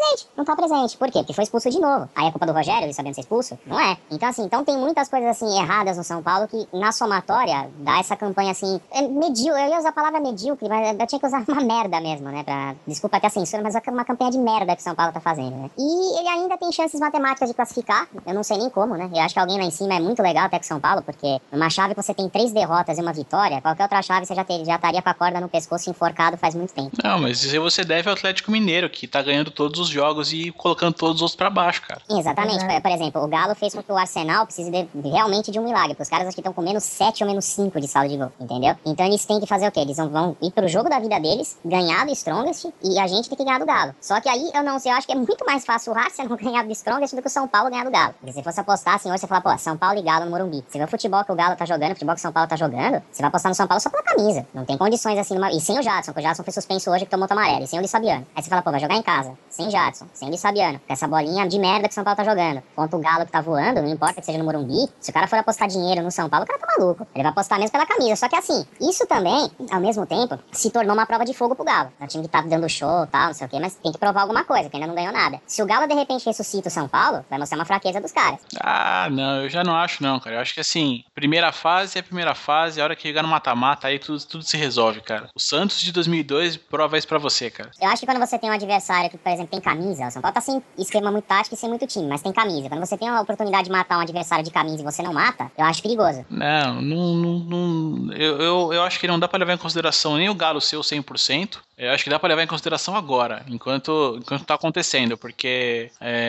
presente, não tá presente. Por quê? Porque foi expulso de novo. Aí é culpa do Rogério, ele sabendo ser expulso? Não é. Então, assim, então tem muitas coisas, assim, erradas no São Paulo que, na somatória, dá essa campanha, assim, é medíocre. Eu ia usar a palavra medíocre, mas eu tinha que usar uma merda mesmo, né? Pra... Desculpa até a censura, mas é uma campanha de merda que o São Paulo tá fazendo, né? E ele ainda tem chances matemáticas de classificar. Eu não sei nem como, né? Eu acho que alguém lá em cima é muito legal até que São Paulo, porque numa chave que você tem três derrotas e uma vitória, qualquer outra chave você já, ter, já estaria com a corda no pescoço enforcado faz muito tempo. Não, mas isso aí você deve ao Atlético Mineiro, que tá ganhando todos os jogos e colocando todos os outros pra baixo, cara. Exatamente. É. Por exemplo, o Galo fez com que o Arsenal precise de, realmente de um milagre, porque os caras acho que estão com menos sete ou menos cinco de saldo de gol, entendeu? Então eles têm que fazer o quê? Eles vão, vão ir pro jogo da vida deles, ganhar do Strongest, e a gente tem que ganhar do Galo. Só que aí, eu não sei, eu acho que é muito mais fácil o Arsenal ganhar do Strongest do que o São Paulo ganhar do Galo. Porque se fosse apostar assim, hoje você fala, pô, São Paulo e Galo no Morumbi. Você vê o futebol que o Galo tá jogando, o futebol que o São Paulo tá jogando, você vai apostar no São Paulo só pela camisa. Não tem condições assim, numa... e sem o Jadson, porque o Jadson foi suspenso hoje que tomou amarelo, e sem o Luiz Fabiano. Aí você fala, pô, vai jogar em casa, sem Jadson, sem Luiz Fabiano, com essa bolinha de merda que o São Paulo tá jogando. Contra o Galo que tá voando, não importa que seja no Morumbi, se o cara for apostar dinheiro no São Paulo, o cara tá maluco. Ele vai apostar mesmo pela camisa. Só que assim, isso também, ao mesmo tempo, se tornou uma prova de fogo pro Galo. O time que tá dando show e tal, não sei o quê, mas tem que provar alguma coisa, que ainda não ganhou nada. Se o Galo de repente ressuscita o São Paulo, vai mostrar uma fraqueza dos caras. Ah, não, eu já não acho não, cara. Eu acho que assim, primeira fase é a primeira fase, a hora que chegar no mata-mata, aí tudo, tudo se resolve, cara. O Santos de dois mil e dois prova isso pra você, cara. Eu acho que quando você tem um adversário que, por exemplo, tem camisa, o São Paulo tá sem esquema muito tático e sem muito time, mas tem camisa. Quando você tem a oportunidade de matar um adversário de camisa e você não mata, eu acho perigoso. Não, não, não, não eu, eu, eu acho que não dá pra levar em consideração nem o Galo ser o cem por cento. Eu acho que dá pra levar em consideração agora, enquanto, enquanto tá acontecendo, porque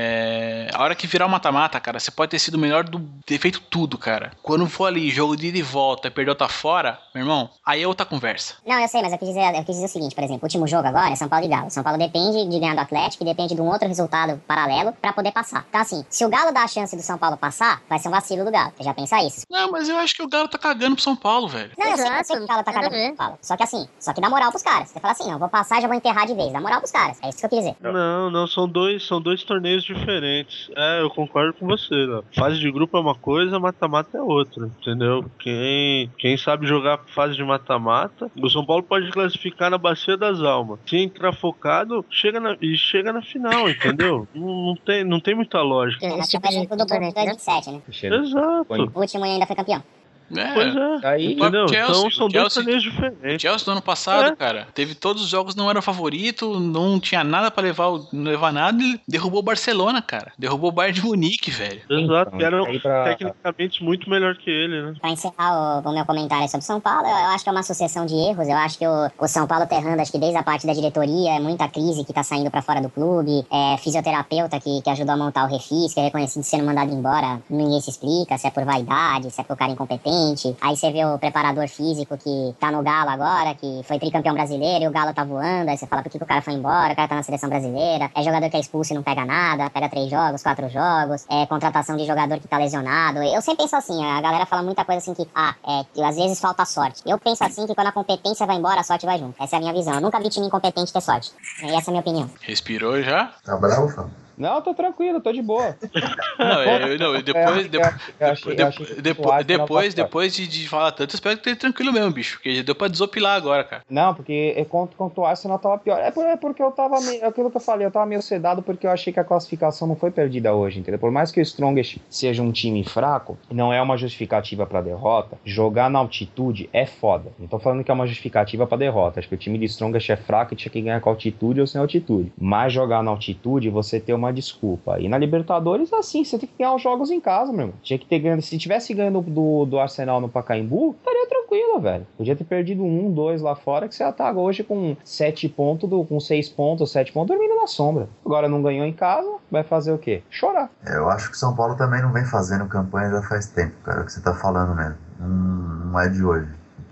é, a hora que virar o mata-mata, cara, você pode ter sido o melhor do ter feito tudo, cara. Quando for ali, jogo de ida e volta, perdeu, tá fora, meu irmão, aí é outra conversa. Não, eu sei, mas eu quis dizer, eu quis dizer o seguinte, por exemplo, o último jogo agora é São Paulo e Galo. São Paulo depende de ganhar do Atlético e depende de um outro resultado paralelo pra poder passar. Então assim, se o Galo dá a chance do São Paulo passar, vai ser um vacilo do Galo. Você já pensa isso? Não, mas eu acho que o Galo tá cagando pro São Paulo, velho. Não, eu sei, eu sei que o Galo tá cagando pro São Paulo. Só que assim, só que dá moral pros caras. Você fala assim, não, vou passar e já vou enterrar de vez. Dá moral pros caras. É isso que eu quis dizer. Não, não, são dois, são dois torneios diferentes. É, eu concordo com você, né? Fase de grupo é uma coisa, mata-mata é outra, entendeu? Quem, quem sabe jogar fase de mata-mata, o São Paulo pode classificar na Bacia das Almas. Se entrar focado, chega na, e chega na final, entendeu? não, não, tem, não tem muita lógica. É, mas tipo, exemplo do dois mil e sete, né? Exato. O último ainda foi campeão. É, Pois é, Aí, entendeu? Chelsea, Então são o dois Chelsea- torneios O diferentes. Chelsea do ano passado, É. cara, teve todos os jogos, não era favorito, não tinha nada pra levar, o- não levar nada, e derrubou o Barcelona, cara. Derrubou o Bayern de Munique, velho. Exato, que eram aí pra- tecnicamente muito melhor que ele, né? Pra encerrar o, o meu comentário sobre São Paulo, eu, eu acho que é uma sucessão de erros. Eu acho que o, o São Paulo tá errando, acho que desde a parte da diretoria, é muita crise que tá saindo pra fora do clube, é fisioterapeuta que, que ajudou a montar o Refis, que é reconhecido sendo mandado embora, ninguém se explica, se é por vaidade, se é por cara incompetente. Aí você vê o preparador físico que tá no Galo agora, que foi tricampeão brasileiro e o Galo tá voando, aí você fala por que, que o cara foi embora, o cara tá na seleção brasileira, é jogador que é expulso e não pega nada, pega três jogos, quatro jogos, é contratação de jogador que tá lesionado. Eu sempre penso assim, a galera fala muita coisa assim que, ah, é, que às vezes falta sorte. Eu penso assim que quando a competência vai embora, a sorte vai junto. Essa é a minha visão. Eu nunca vi time incompetente ter sorte. E essa é a minha opinião. Respirou já? Tá bravo, Fábio? Não, tô tranquilo, tô de boa. Não, eu, não, depois, Eu de- achei- eu achei- eu achei que depo- o Suárez não depois, passou. depois de, de falar tanto, eu espero que esteja tranquilo mesmo, bicho, porque deu pra desopilar agora, cara. Não, porque é contra, contra o Arsenal tava pior. É, por, é porque eu tava meio. É aquilo que eu falei, eu tava meio sedado porque eu achei que a classificação não foi perdida hoje, entendeu? Por mais que o Strongest seja um time fraco, não é uma justificativa pra derrota. Jogar na altitude é foda. Não tô falando que é uma justificativa pra derrota. Acho que o time de Strongest é fraco e tinha que ganhar com altitude ou sem altitude. Mas jogar na altitude, você tem uma desculpa. E na Libertadores, assim, você tem que ganhar os jogos em casa, meu irmão. Tinha que ter ganho. Se tivesse ganhando do, do Arsenal no Pacaembu, estaria tranquilo, velho. Podia ter perdido um, dois lá fora, que você tá hoje com sete pontos, do, com seis pontos, sete pontos, dormindo na sombra. Agora não ganhou em casa, vai fazer o quê? Chorar. É, eu acho que o São Paulo também não vem fazendo campanha já faz tempo, cara. É o que você tá falando mesmo. Não, não é de hoje.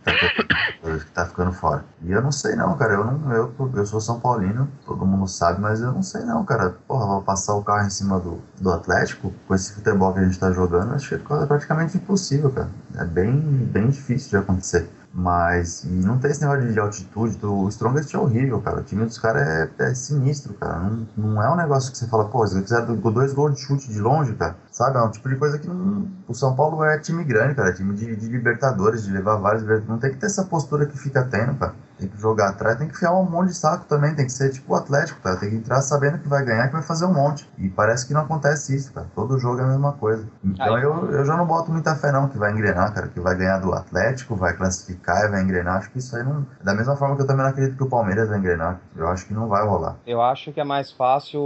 Que tá ficando fora. E eu não sei não, cara. Eu, não, eu, eu sou São Paulino, todo mundo sabe, mas eu não sei não, cara. Porra, vou passar o carro em cima do, do Atlético com esse futebol que a gente tá jogando, acho que é praticamente impossível, cara. É bem, bem difícil de acontecer. Mas, e não tem esse negócio de altitude, o Strongest é horrível, cara. O time dos caras é, é sinistro, cara. Não, não é um negócio que você fala, pô, eles fizeram dois gols de chute de longe, cara. Sabe? É um tipo de coisa que não... O São Paulo é time grande, cara. É time de, de Libertadores, de levar vários... Não tem que ter essa postura que fica tendo, cara. Tem que jogar atrás, tem que enfiar um monte de saco também, tem que ser tipo o Atlético, tá? Tem que entrar sabendo que vai ganhar, que vai fazer um monte. E parece que não acontece isso, cara. Todo jogo é a mesma coisa. Então eu, eu já não boto muita fé não que vai engrenar, cara, que vai ganhar do Atlético, vai classificar e vai engrenar. Acho que isso aí não... Da mesma forma que eu também não acredito que o Palmeiras vai engrenar. Eu acho que não vai rolar. Eu acho que é mais fácil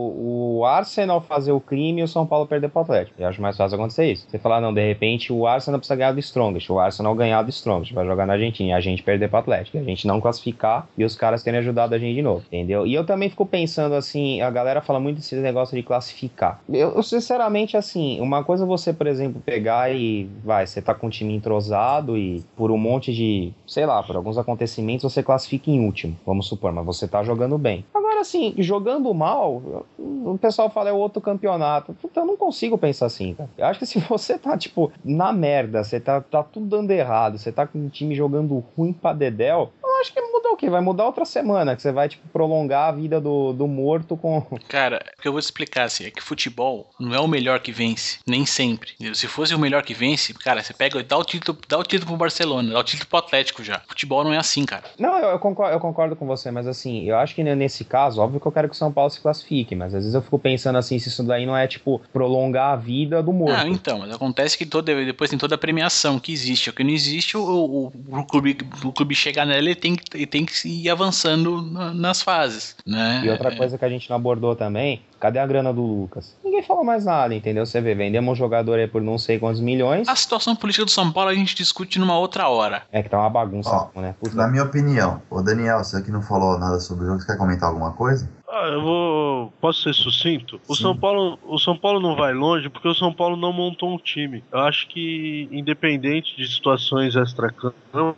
o Arsenal fazer o crime e o São Paulo perder pro Atlético. Eu acho mais fácil acontecer isso. Você falar, não, de repente o Arsenal precisa ganhar do Strongest, o Arsenal ganhar do Strongest, vai jogar na Argentina, e a gente perder pro Atlético, e a gente não classificar e os caras terem ajudado a gente de novo, entendeu? E eu também fico pensando assim, a galera fala muito desse negócio de classificar. Eu, eu sinceramente, assim, uma coisa é você, por exemplo, pegar e, vai, você tá com um time entrosado e por um monte de, sei lá, por alguns acontecimentos você classifica em último, vamos supor, mas você tá jogando bem. Agora, assim, jogando mal, o pessoal fala é outro campeonato. Puta, eu não consigo pensar assim, cara. Eu acho que se você tá, tipo, na merda, você tá, tá tudo dando errado, você tá com um time jogando ruim pra dedéu, eu acho que muda o quê? Vai mudar outra semana, que você vai, tipo, prolongar a vida do, do morto com... Cara, o que eu vou te explicar, assim, é que futebol não é o melhor que vence, nem sempre. Se fosse o melhor que vence, cara, você pega e dá o título, dá o título pro Barcelona, dá o título pro Atlético já. Futebol não é assim, cara. Não, eu, eu, concordo, eu concordo com você, mas assim, eu acho que nesse caso, óbvio que eu quero que o São Paulo se classifique, mas às vezes eu fico pensando assim, se isso daí não é, tipo, prolongar a vida do morto. Ah, então, mas acontece que todo, depois tem toda a premiação que existe. O que não existe, o, o, o, clube, o clube chegar nela, ele tem, ele tem que ir avançando na, nas fases, né? E outra coisa que a gente não abordou também, cadê a grana do Lucas? Ninguém falou mais nada, entendeu? Você vê, vendemos um jogador aí por não sei quantos milhões. A situação política do São Paulo a gente discute numa outra hora. É que tá uma bagunça, Ó, né? Puta. Na minha opinião, ô Daniel, você que não falou nada sobre o jogo, você quer comentar alguma coisa? Ah, eu vou... Posso ser sucinto? O São Paulo, o São Paulo não vai longe porque o São Paulo não montou um time. Eu acho que, independente de situações extra-campo,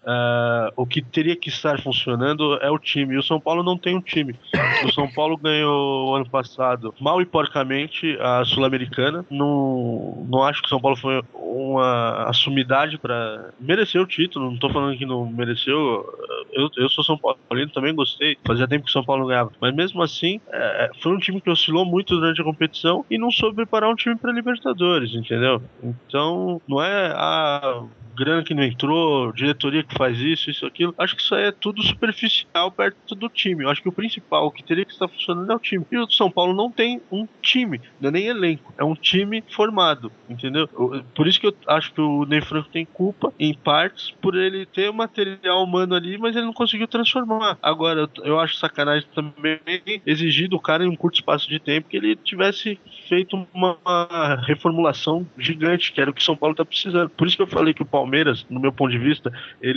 uh, o que teria que estar funcionando é o time. E o São Paulo não tem um time. O São Paulo ganhou ano passado, mal e porcamente, a Sul-Americana. Não, não acho que o São Paulo foi uma assumidade para merecer o título. Não tô falando que não mereceu. Eu, eu sou São Paulino, também gostei. Fazia tempo que o São Paulo não ganhava. Mas mesmo assim, é, foi um time que oscilou muito durante a competição e não soube preparar um time para Libertadores, entendeu? Então, não é a grana que não entrou, diretoria que faz isso, isso, aquilo. Acho que isso aí é tudo superficial perto do time. Eu acho que o principal, o que teria que estar funcionando é o time. E o São Paulo não tem um time, não é nem elenco, é um time formado, entendeu? Por isso que eu acho que o Ney Franco tem culpa, em partes, por ele ter o material humano ali, mas ele não conseguiu transformar. Agora, eu acho sacanagem também exigir do cara em um curto espaço de tempo que ele tivesse feito uma reformulação gigante, que era o que o São Paulo está precisando. Por isso que eu falei que o Palmeiras, no meu ponto de vista,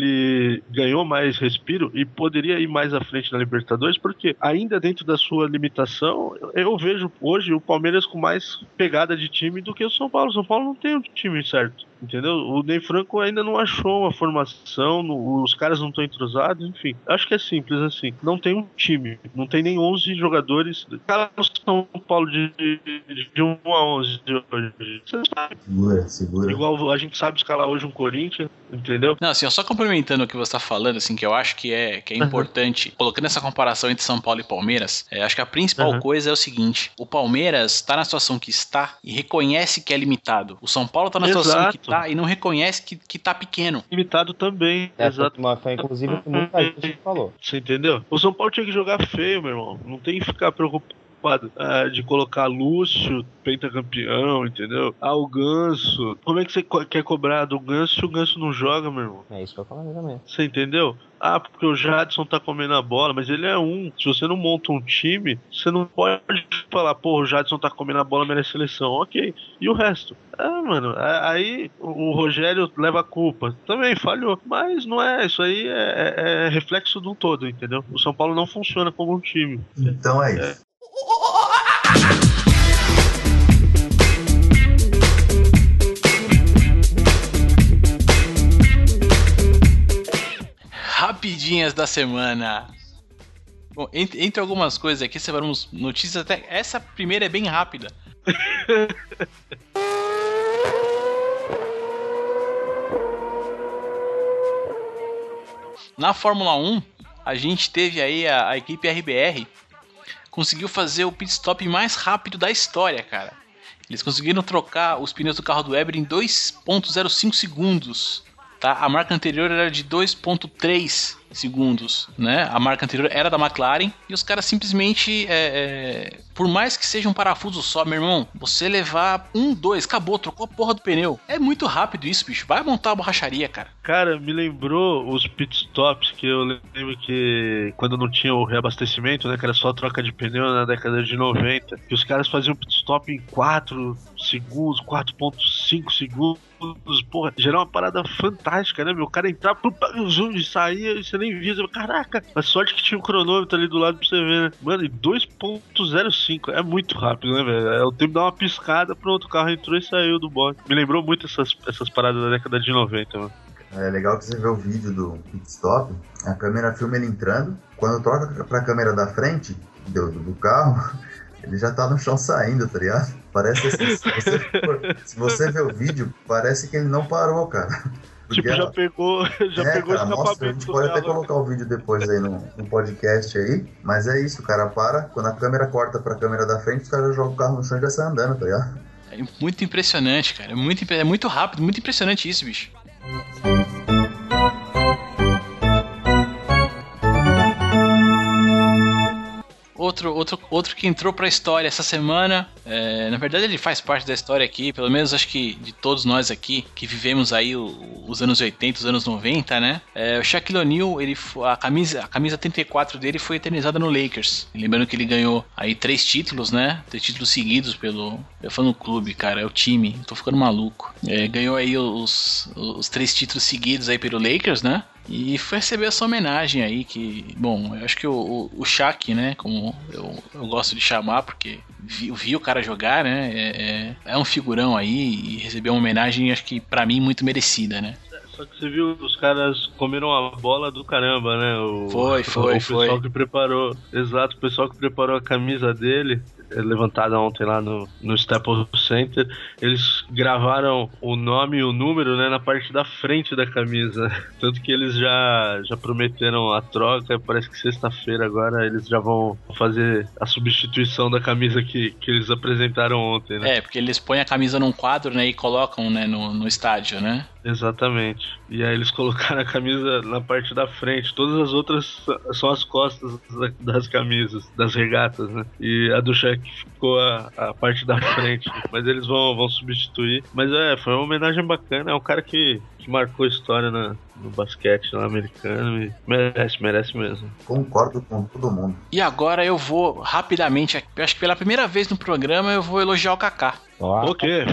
ele ganhou mais respiro e poderia ir mais à frente na Libertadores, porque ainda dentro da sua limitação, eu vejo hoje o Palmeiras com mais pegada de time do que o São Paulo. O São Paulo não tem um time certo, entendeu? O Ney Franco ainda não achou uma formação, no, os caras não estão entrosados, enfim. Acho que é simples assim. Não tem um time, não tem nem onze jogadores. Cara, no São Paulo de, de, de um a onze de hoje. Você sabe. Segura, segura. Igual a gente sabe escalar hoje um Corinthians, entendeu? Não, assim, só complementando o que você está falando, assim, que eu acho que é, que é importante, uhum. colocando essa comparação entre São Paulo e Palmeiras, é, acho que a principal uhum. coisa é o seguinte: o Palmeiras está na situação que está e reconhece que é limitado. O São Paulo está na Exato. situação que está e não reconhece que, que tá pequeno. Limitado também. É, Exato. Foi, foi inclusive o que muita gente falou. Você entendeu? O São Paulo tinha que jogar feio, meu irmão. Não tem que ficar preocupado Uh, de colocar Lúcio, pentacampeão, entendeu? Ah, o Ganso. Como é que você co- quer cobrar do Ganso se o Ganso não joga, meu irmão? É isso que eu falo também. Você entendeu? Ah, porque o Jadson tá comendo a bola, mas ele é um. Se você não monta um time, você não pode falar, pô, o Jadson tá comendo a bola, merece seleção. Ok. E o resto? Ah, mano, aí o Rogério leva a culpa. Também falhou. Mas não é, isso aí é, é, é reflexo de um todo, entendeu? O São Paulo não funciona como um time. Então é isso. É. Rapidinhas da semana. Bom, entre, entre algumas coisas aqui, separamos notícias até... Essa primeira é bem rápida. Na Fórmula um, a gente teve aí a, a equipe R B R conseguiu fazer o pit stop mais rápido da história, cara. Eles conseguiram trocar os pneus do carro do Weber em dois ponto zero cinco segundos. tá? A marca anterior era de dois ponto três segundos, né? A marca anterior era da McLaren e os caras simplesmente, é, é, por mais que seja um parafuso só, meu irmão, você levar um, dois, acabou, trocou a porra do pneu. É muito rápido isso, bicho. Vai montar a borracharia, cara. Cara, me lembrou os pitstops que eu lembro que quando não tinha o reabastecimento, né, que era só troca de pneu na década de noventa, que os caras faziam pitstop em quatro segundos, quatro ponto cinco segundos. Porra, gerar uma parada fantástica, né, meu? O cara entrar, pum, zoom, e saía, e você nem via. Você, caraca, a sorte que tinha um cronômetro ali do lado pra você ver, né? Mano, e dois ponto zero cinco é muito rápido, né, velho? É o tempo de dar uma piscada, pronto, o carro entrou e saiu do box. Me lembrou muito essas, essas paradas da década de noventa, mano. É legal que você vê o vídeo do pit stop, a câmera filma ele entrando, quando troca pra câmera da frente do, do, do carro, ele já tá no chão saindo, tá ligado? Parece assim, se você, for, se você ver o vídeo, parece que ele não parou, cara. Porque tipo, já pegou, já é, pegou cara, mostra, a gente pode até colocar o vídeo depois aí no, no podcast aí, mas é isso, o cara para, quando a câmera corta pra câmera da frente, os caras já jogam o carro no chão e já sai andando, tá ligado? É muito impressionante, cara, é muito, é muito rápido, muito impressionante isso, bicho. Outro, outro, outro que entrou pra história essa semana, é, na verdade ele faz parte da história aqui, pelo menos acho que de todos nós aqui, que vivemos aí o, os anos oitenta, os anos noventa, né? É, o Shaquille O'Neal, ele, a, camisa, a camisa trinta e quatro dele foi eternizada no Lakers. Lembrando que ele ganhou aí três títulos, né? Três títulos seguidos pelo... Eu falo no clube, cara, é o time, tô ficando maluco. É, ganhou aí os, os três títulos seguidos aí pelo Lakers, né? E foi receber essa homenagem aí que, bom, eu acho que o, o, o Shaq, né, como eu, eu gosto de chamar, porque vi, vi o cara jogar, né, é, é, é um figurão aí e receber uma homenagem, acho que pra mim muito merecida, né. Só que você viu, os caras comeram a bola do caramba, né, o, foi, foi, o pessoal foi. que preparou, exato, o pessoal que preparou a camisa dele, levantada ontem lá no, no Staples Center, eles gravaram o nome e o número, né, na parte da frente da camisa, tanto que eles já, já prometeram a troca, parece que sexta-feira agora eles já vão fazer a substituição da camisa que, que eles apresentaram ontem, né? É, porque eles põem a camisa num quadro, né, e colocam, né, no, no estádio, né? Exatamente. E aí eles colocaram a camisa na parte da frente. Todas as outras são as costas das camisas, das regatas, né? E a do Shaq ficou a, a parte da frente. Mas eles vão, vão substituir. Mas é, foi uma homenagem bacana. É um cara que, que marcou história na, no basquete lá americano e merece, merece mesmo. Concordo com todo mundo. E agora eu vou rapidamente, eu acho que pela primeira vez no programa eu vou elogiar o Kaká. O quê?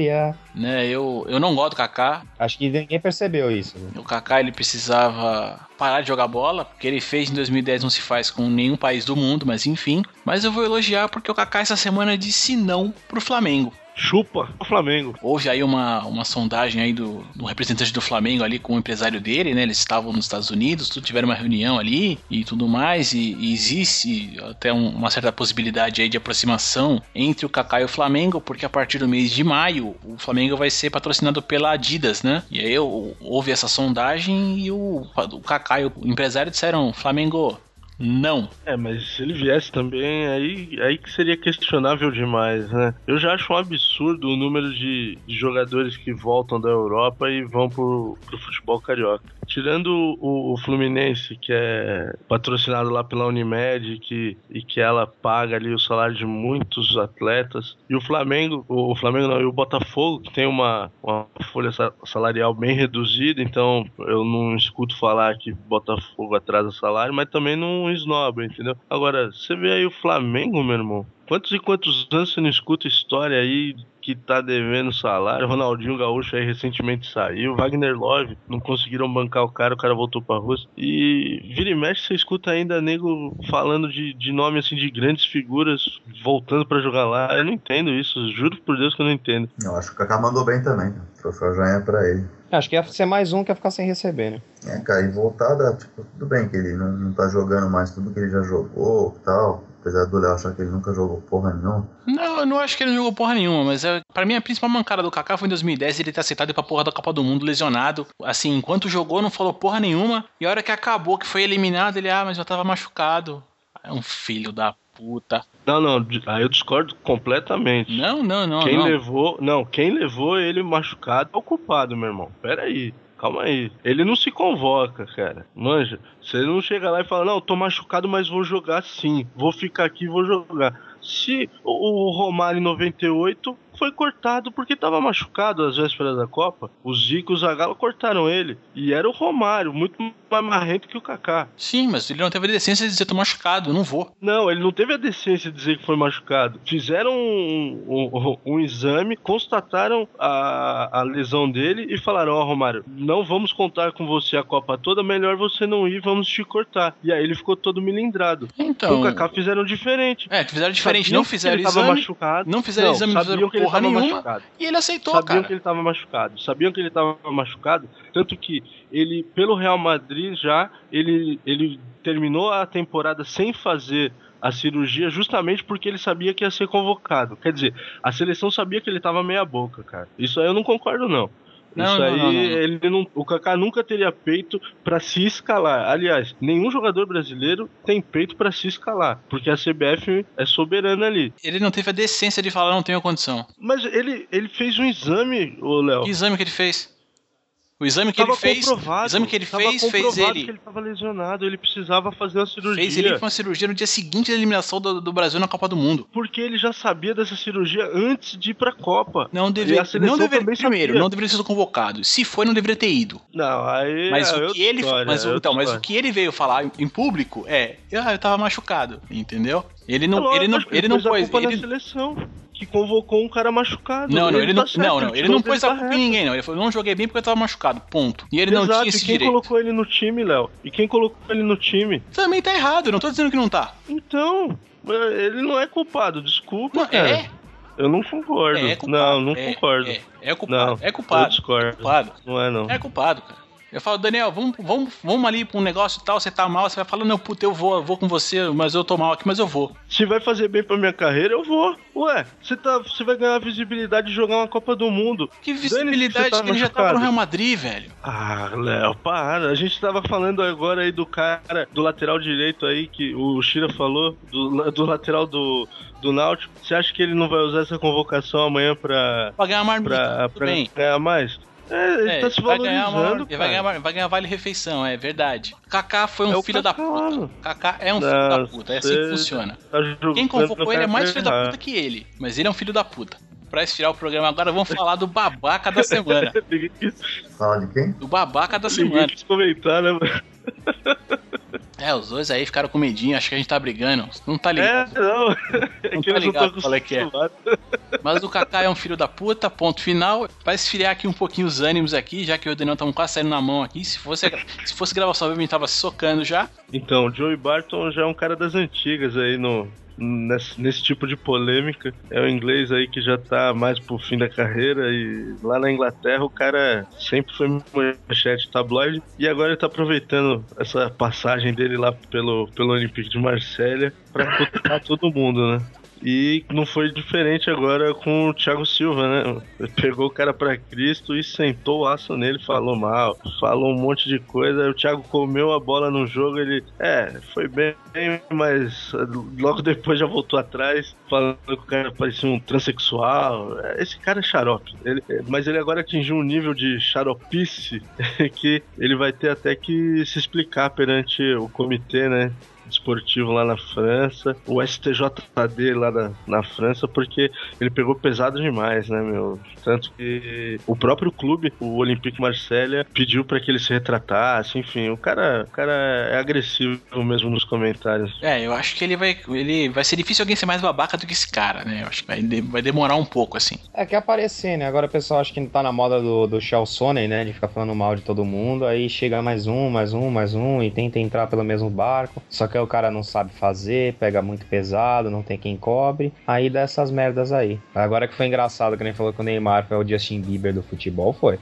Né, eu, eu não gosto do Kaká. Acho que ninguém percebeu isso. Né? O Kaká, ele precisava parar de jogar bola, porque ele fez em dois mil e dez não se faz com nenhum país do mundo, mas enfim. Mas eu vou elogiar porque o Kaká essa semana disse não pro Flamengo. Chupa o Flamengo. Houve aí uma, uma sondagem aí do, do representante do Flamengo ali com o empresário dele, né? Eles estavam nos Estados Unidos, tudo, tiveram uma reunião ali e tudo mais, e, e existe até um, uma certa possibilidade aí de aproximação entre o Kaká e o Flamengo, porque a partir do mês de maio o Flamengo vai ser patrocinado pela Adidas, né? E aí houve essa sondagem e o, o Kaká e o empresário disseram: Flamengo, não. É, mas se ele viesse também, aí, aí que seria questionável demais, né? Eu já acho um absurdo o número de, de jogadores que voltam da Europa e vão pro, pro futebol carioca. Tirando o, o Fluminense, que é patrocinado lá pela Unimed que, e que ela paga ali o salário de muitos atletas, e o Flamengo, o, o Flamengo não, e o Botafogo, que tem uma, uma folha salarial bem reduzida, então eu não escuto falar que Botafogo atrasa salário, mas também não esnoba, entendeu? Agora, você vê aí o Flamengo, meu irmão, quantos e quantos anos você não escuta história aí que tá devendo salário? Ronaldinho Gaúcho aí recentemente saiu, Wagner Love, não conseguiram bancar o cara, o cara voltou pra Rússia. E vira e mexe, você escuta ainda nego falando de, de nome assim de grandes figuras voltando pra jogar lá. Eu não entendo isso, juro por Deus que eu não entendo. Eu acho que o Kaká mandou bem também, o troféu já é pra ele. Acho que ia ser mais um que ia ficar sem receber, né? É, cara, e voltar, dá, tipo, tudo bem que ele não, não tá jogando mais tudo que ele já jogou e tal. Apesar do Léo achar que ele nunca jogou porra nenhuma. Não, eu não acho que ele não jogou porra nenhuma, mas é, pra mim a principal mancada do Kaká foi em dois mil e dez ele ter aceitado ir pra porra da Copa do Mundo lesionado. Assim, enquanto jogou não falou porra nenhuma, e a hora que acabou, que foi eliminado, ele, ah, mas eu tava machucado. É um filho da puta. Não, não, aí eu discordo completamente. Não, não, não, quem não. levou, não, quem levou ele machucado é o culpado, meu irmão. Pera aí. calma aí. Ele não se convoca, cara. Manja. Você não chega lá e fala, não, tô machucado, mas vou jogar sim. Vou ficar aqui e vou jogar. Se o Romário em noventa e oito foi cortado porque estava machucado às vésperas da Copa, o Zico e o Zagallo cortaram ele. E era o Romário, muito mais marrento que o Kaká. Sim, mas ele não teve a decência de dizer tô machucado, eu não vou. Não, ele não teve a decência de dizer que foi machucado. Fizeram um, um, um exame, constataram a, a lesão dele e falaram, ó, oh, Romário, não vamos contar com você a Copa toda, melhor você não ir, vamos te cortar. E aí ele ficou todo milindrado. Então... O Kaká fizeram diferente. É, fizeram diferente, sabiam não fizeram ele exame, machucado. não fizeram não, exame, não fizeram que ele porra nenhuma, machucado. E ele aceitou, sabiam cara. que ele estava machucado, sabiam que ele estava machucado, tanto que ele, pelo Real Madrid já, ele, ele terminou a temporada sem fazer a cirurgia justamente porque ele sabia que ia ser convocado. Quer dizer, a seleção sabia que ele estava meia boca, cara. Isso aí eu não concordo, não. Não, Isso não, aí, não, não. Ele não, o Kaká nunca teria peito pra se escalar. Aliás, nenhum jogador brasileiro tem peito pra se escalar, porque a C B F é soberana ali. Ele não teve a decência de falar não tenho condição. Mas ele, ele fez um exame, ô Léo. Que exame que ele fez? O exame que tava ele fez, o exame que ele fez, fez ele. Que ele estava lesionado, ele precisava fazer uma cirurgia. Fez ele com uma cirurgia no dia seguinte da eliminação do, do Brasil na Copa do Mundo. Porque ele já sabia dessa cirurgia antes de ir pra Copa. Não deveria, não deveria primeiro, sabia. não deveria ter sido convocado. Se foi, não deveria ter ido. Não, aí mas é o que ele, história, mas, é então, mas história. o que ele veio falar em, em público é, ah, eu tava machucado, entendeu? Ele não, é ele não, lógico, ele não pôs, ele ele na seleção. Que convocou um cara machucado. Não, não, ele, ele não, tá certo, não, não, ele não pôs a culpa tá em ninguém, não. Ele falou, não joguei bem porque eu tava machucado, ponto. E ele Exato, não tinha esse e quem direito. colocou ele no time, Léo? E quem colocou ele no time? Também tá errado, eu não tô dizendo que não tá. Então, ele não é culpado, desculpa, não, cara. É. Eu não concordo. É, é culpado, não, não é, concordo. É, é culpado, não, é culpado. Eu discordo. É culpado. Não é, não. É culpado, cara. Eu falo, Daniel, vamos, vamos, vamos ali pra um negócio e tal, você tá mal, você vai falar, não, puta, eu vou, eu vou com você, mas eu tô mal aqui, mas eu vou. Se vai fazer bem pra minha carreira, eu vou. Ué, você tá, você vai ganhar visibilidade de jogar uma Copa do Mundo. Que visibilidade que, tá que ele já tava no Real Madrid, velho. Ah, Léo, para. A gente tava falando agora aí do cara, do lateral direito aí, que o Shira falou, do, do lateral do... do Náutico. Você acha que ele não vai usar essa convocação amanhã pra... Pra ganhar marmita, pra, tudo pra bem. ganhar mais? É, ele é, tá se vai valorizando, ganhar uma, cara. vai, ganhar, vai ganhar vale-refeição, é verdade. Kaká foi um é filho Kaká, da puta. mano. Kaká é um não, filho da puta, é assim que funciona. Tá Quem convocou ele é mais filho da puta que ele, mas ele é um filho da puta. Pra estirar o programa agora, vamos falar do babaca da semana. Fala de quem? Do babaca da Ninguém semana. quis comentar, né, mano? É, os dois aí ficaram com medinho, acho que a gente tá brigando. Não tá ligado. É, não. Não que tá eles ligado não qual é que é. Mas o Kaká é um filho da puta, ponto final. Pra esfriar aqui um pouquinho os ânimos aqui, já que eu e o Daniel estamos quase saindo na mão aqui. Se fosse, se fosse gravação, eu tava se socando já. Então, o Joey Barton já é um cara das antigas aí no... Nesse, nesse tipo de polêmica. É o inglês aí que já tá mais pro fim da carreira. E lá na Inglaterra o cara sempre foi manchete tabloide. E agora ele tá aproveitando essa passagem dele lá pelo, pelo Olympique de Marselha pra cutucar todo mundo, né? E não foi diferente agora com o Thiago Silva, né? Pegou o cara pra Cristo e sentou o aço nele, falou mal, falou um monte de coisa. Aí o Thiago comeu a bola no jogo, ele, é, foi bem, mas logo depois já voltou atrás, falando que o cara parecia um transexual. Esse cara é xarope, ele, mas ele agora atingiu um nível de xaropice que ele vai ter até que se explicar perante o comitê, né? Esportivo lá na França, o S T J D lá na, na França, porque ele pegou pesado demais, né, meu? Tanto que o próprio clube, o Olympique Marselha, pediu pra que ele se retratasse, enfim, o cara, o cara é agressivo mesmo nos comentários. É, eu acho que ele vai, ele vai ser difícil alguém ser mais babaca do que esse cara, né? Eu acho que vai, vai demorar um pouco, assim. É que aparecer, né? Agora o pessoal acha que não tá na moda do, do Charles Sonnen, né? De ficar falando mal de todo mundo, aí chega mais um, mais um, mais um, e tenta entrar pelo mesmo barco, só que aí o cara não sabe fazer, pega muito pesado, não tem quem cobre, aí dá essas merdas aí. Agora que foi engraçado, que nem falou que o Neymar foi o Justin Bieber do futebol, foi.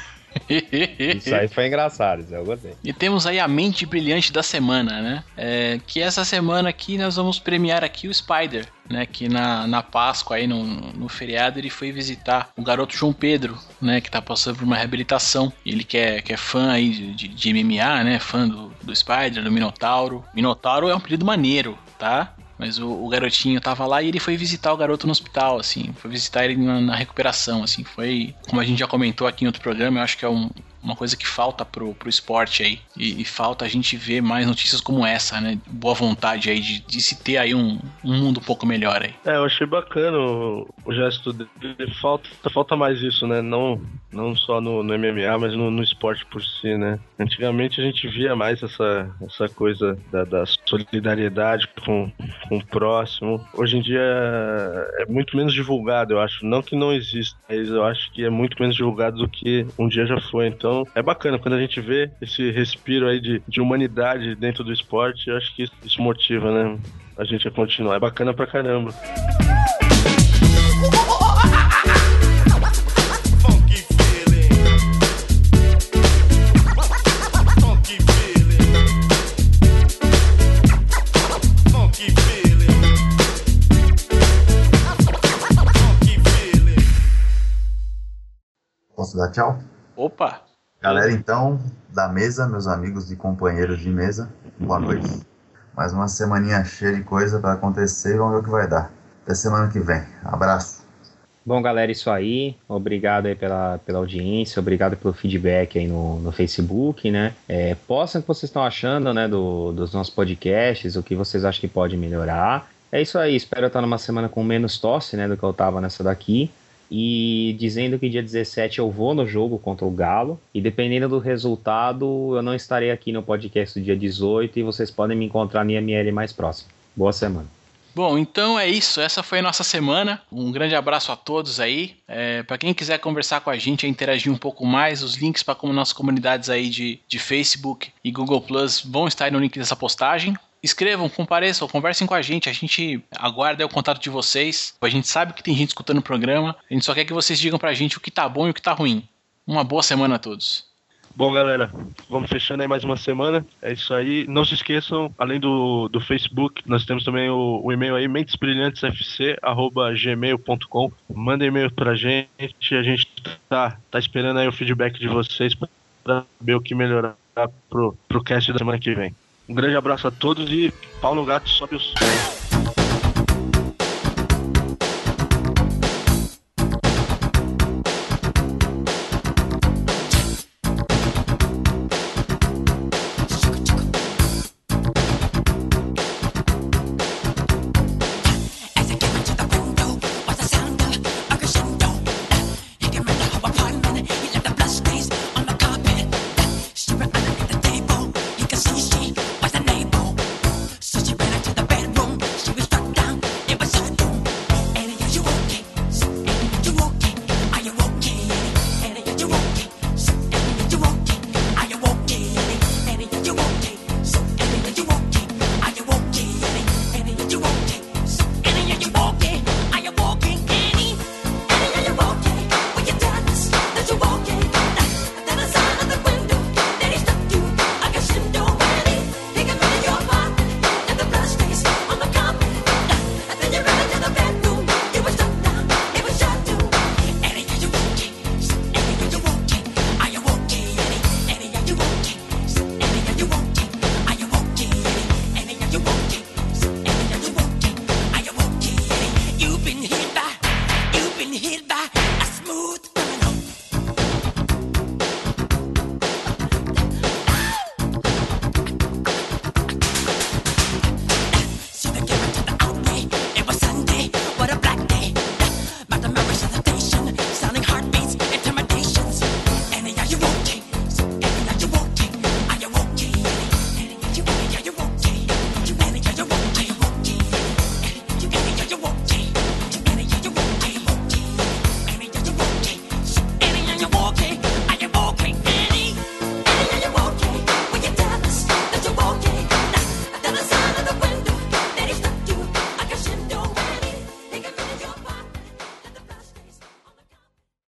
Isso aí foi engraçado, isso eu gostei. E temos aí a mente brilhante da semana, né? É, que essa semana aqui nós vamos premiar aqui o Spider, né? Que na, na Páscoa, aí no, no feriado, ele foi visitar o garoto João Pedro, né? Que tá passando por uma reabilitação. Ele que é, que é fã aí de, de, de M M A, né? Fã do, do Spider, do Minotauro. Minotauro é um apelido maneiro, tá? Mas o, o garotinho tava lá e ele foi visitar o garoto no hospital, assim. Foi visitar ele na, na recuperação, assim. Foi, como a gente já comentou aqui em outro programa, eu acho que é um, uma coisa que falta pro, pro esporte aí. E, e falta a gente ver mais notícias como essa, né? Boa vontade aí de, de se ter aí um, um mundo um pouco melhor aí. É, eu achei bacana o, o gesto dele. Falta, falta mais isso, né? Não, não só no, no M M A, mas no, no esporte por si, né? Antigamente a gente via mais essa, essa coisa da, da solidariedade com, com o próximo. Hoje em dia é muito menos divulgado, eu acho. Não que não exista, mas eu acho que é muito menos divulgado do que um dia já foi. Então é bacana quando a gente vê esse respiro aí de, de humanidade dentro do esporte. Eu acho que isso, isso motiva, né? A gente a continuar. É bacana pra caramba. Posso dar tchau? Opa! Galera, então, da mesa, meus amigos e companheiros de mesa, boa noite. Mais uma semaninha cheia de coisa para acontecer e vamos ver o que vai dar. Até semana que vem. Abraço. Bom, galera, isso aí. Obrigado aí pela, pela audiência, obrigado pelo feedback aí no, no Facebook, né? É, postem o que vocês estão achando, né, do, dos nossos podcasts, o que vocês acham que pode melhorar. É isso aí, espero estar numa semana com menos tosse, né, do que eu tava nessa daqui. E dizendo que dia dezessete eu vou no jogo contra o Galo. E dependendo do resultado, eu não estarei aqui no podcast do dia dezoito. E vocês podem me encontrar no I M L mais próximo. Boa semana. Bom, então é isso. Essa foi a nossa semana. Um grande abraço a todos aí. É, para quem quiser conversar com a gente, interagir um pouco mais, os links para nossas comunidades aí de, de Facebook e Google Plus vão estar aí no link dessa postagem. Escrevam, compareçam, conversem com a gente. A gente aguarda o contato de vocês. A gente sabe que tem gente escutando o programa. A gente só quer que vocês digam pra gente o que tá bom e o que tá ruim. Uma boa semana a todos. Bom, galera, vamos fechando aí mais uma semana. É isso aí. Não se esqueçam, além do, do Facebook, nós temos também o, o e-mail aí, mentesbrilhantesfc arroba gmail ponto com. Manda e-mail pra gente. A gente tá, tá esperando aí o feedback de vocês pra saber o que melhorar pro, pro cast da semana que vem. Um grande abraço a todos e pau no gato, sobe o som.